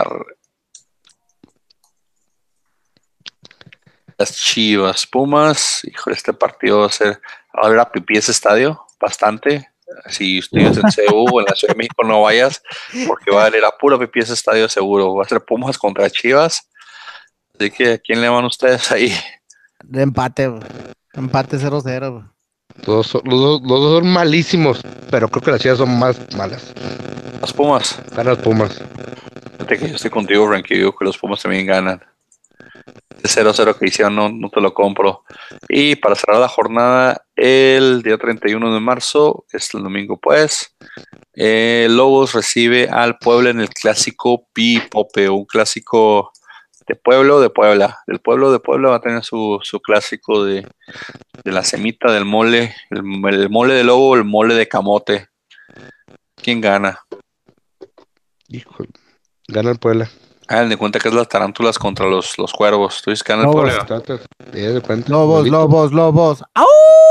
las Chivas. Pumas, híjole, este partido va a haber a pipí ese estadio, bastante. Si vives en CU o en la Ciudad de México, no vayas, porque va a haber a pura pipí ese estadio seguro. Va a ser Pumas contra Chivas. Así que, ¿a quién le van ustedes ahí? De empate, güey. Empate 0-0, güey. Los dos son malísimos, pero creo que las Chivas son más malas. Los Pumas. Ganan las Pumas. Fíjate que yo estoy contigo, Frankie, digo que los Pumas también ganan. Ese 0-0 que hicieron no te lo compro. Y para cerrar la jornada, el día 31 de marzo, que es el domingo pues, Lobos recibe al Puebla en el clásico Pipope, un clásico de pueblo de Puebla. El pueblo de Puebla va a tener su clásico de la semita del mole, el mole de lobo, el mole de camote. ¿Quién gana? Híjole. Gana el Puebla. Hagan de cuenta que es las tarántulas contra los cuervos. ¿Tú dices que gana el Lobos. Puebla? Te das de cuenta. Lobos, Igualito. lobos. ¡Au!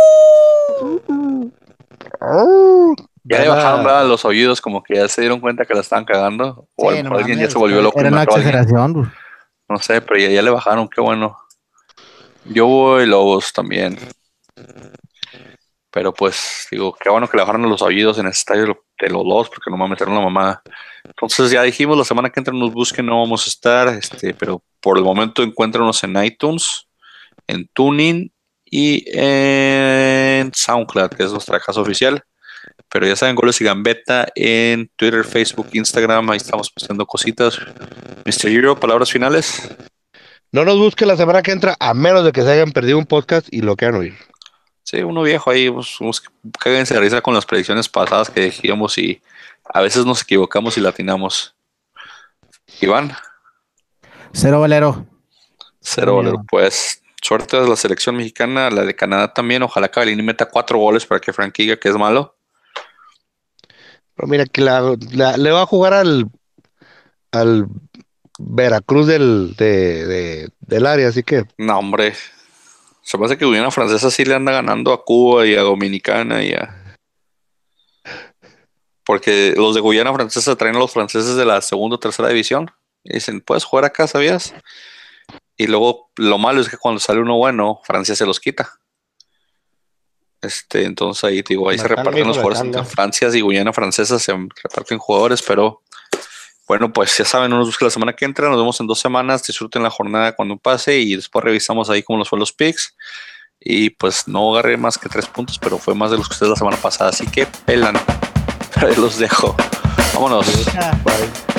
Ya le Gana- bajaron ¿verdad? Los oídos, como que ya se dieron cuenta que la estaban cagando. O a lo Sí, no mejor alguien ya mames, se volvió loco y era una mató a alguien. exageración, güey. No sé, pero ya le bajaron, qué bueno. Yo voy Lobos también. Pero pues, digo, qué bueno que le bajaron los oídos en ese estadio de los dos, porque no mames, era una mamada. Entonces ya dijimos, la semana que entra nos busquen, no vamos a estar, pero por el momento encuéntranos en iTunes, en Tuning y en SoundCloud, que es nuestra casa oficial. Pero ya saben, Goles y Gambeta en Twitter, Facebook, Instagram, ahí estamos posteando cositas. Mr. Hero, palabras finales. No nos busque la semana que entra, a menos de que se hayan perdido un podcast y lo quieran oír. Sí, uno viejo ahí, cáguense de risa con las predicciones pasadas que dijimos y a veces nos equivocamos y latinamos. Iván, 0 Valero. 0 Valero. Pues suerte a la selección mexicana, la de Canadá también. Ojalá Cavallini meta 4 goles para que Frank diga que es malo. Pero mira, que le va a jugar al Veracruz del área, así que No, hombre. Se me hace que Guyana Francesa sí le anda ganando a Cuba y a Dominicana porque los de Guyana Francesa traen a los franceses de la segunda o tercera división. Y dicen, puedes jugar acá, ¿sabías? Y luego lo malo es que cuando sale uno bueno, Francia se los quita. Entonces ahí digo, ahí se Matanga, reparten los hijo de jugadores tanga. entre Francia y Guyana Francesa, se reparten jugadores, pero bueno, pues ya saben, no nos busquen la semana que entra, nos vemos en 2 semanas, disfruten la jornada cuando pase y después revisamos ahí cómo nos fue los picks. Y pues no agarré más que 3 puntos, pero fue más de los que ustedes la semana pasada, así que pelan. Ahí los dejo. Vámonos. Bye.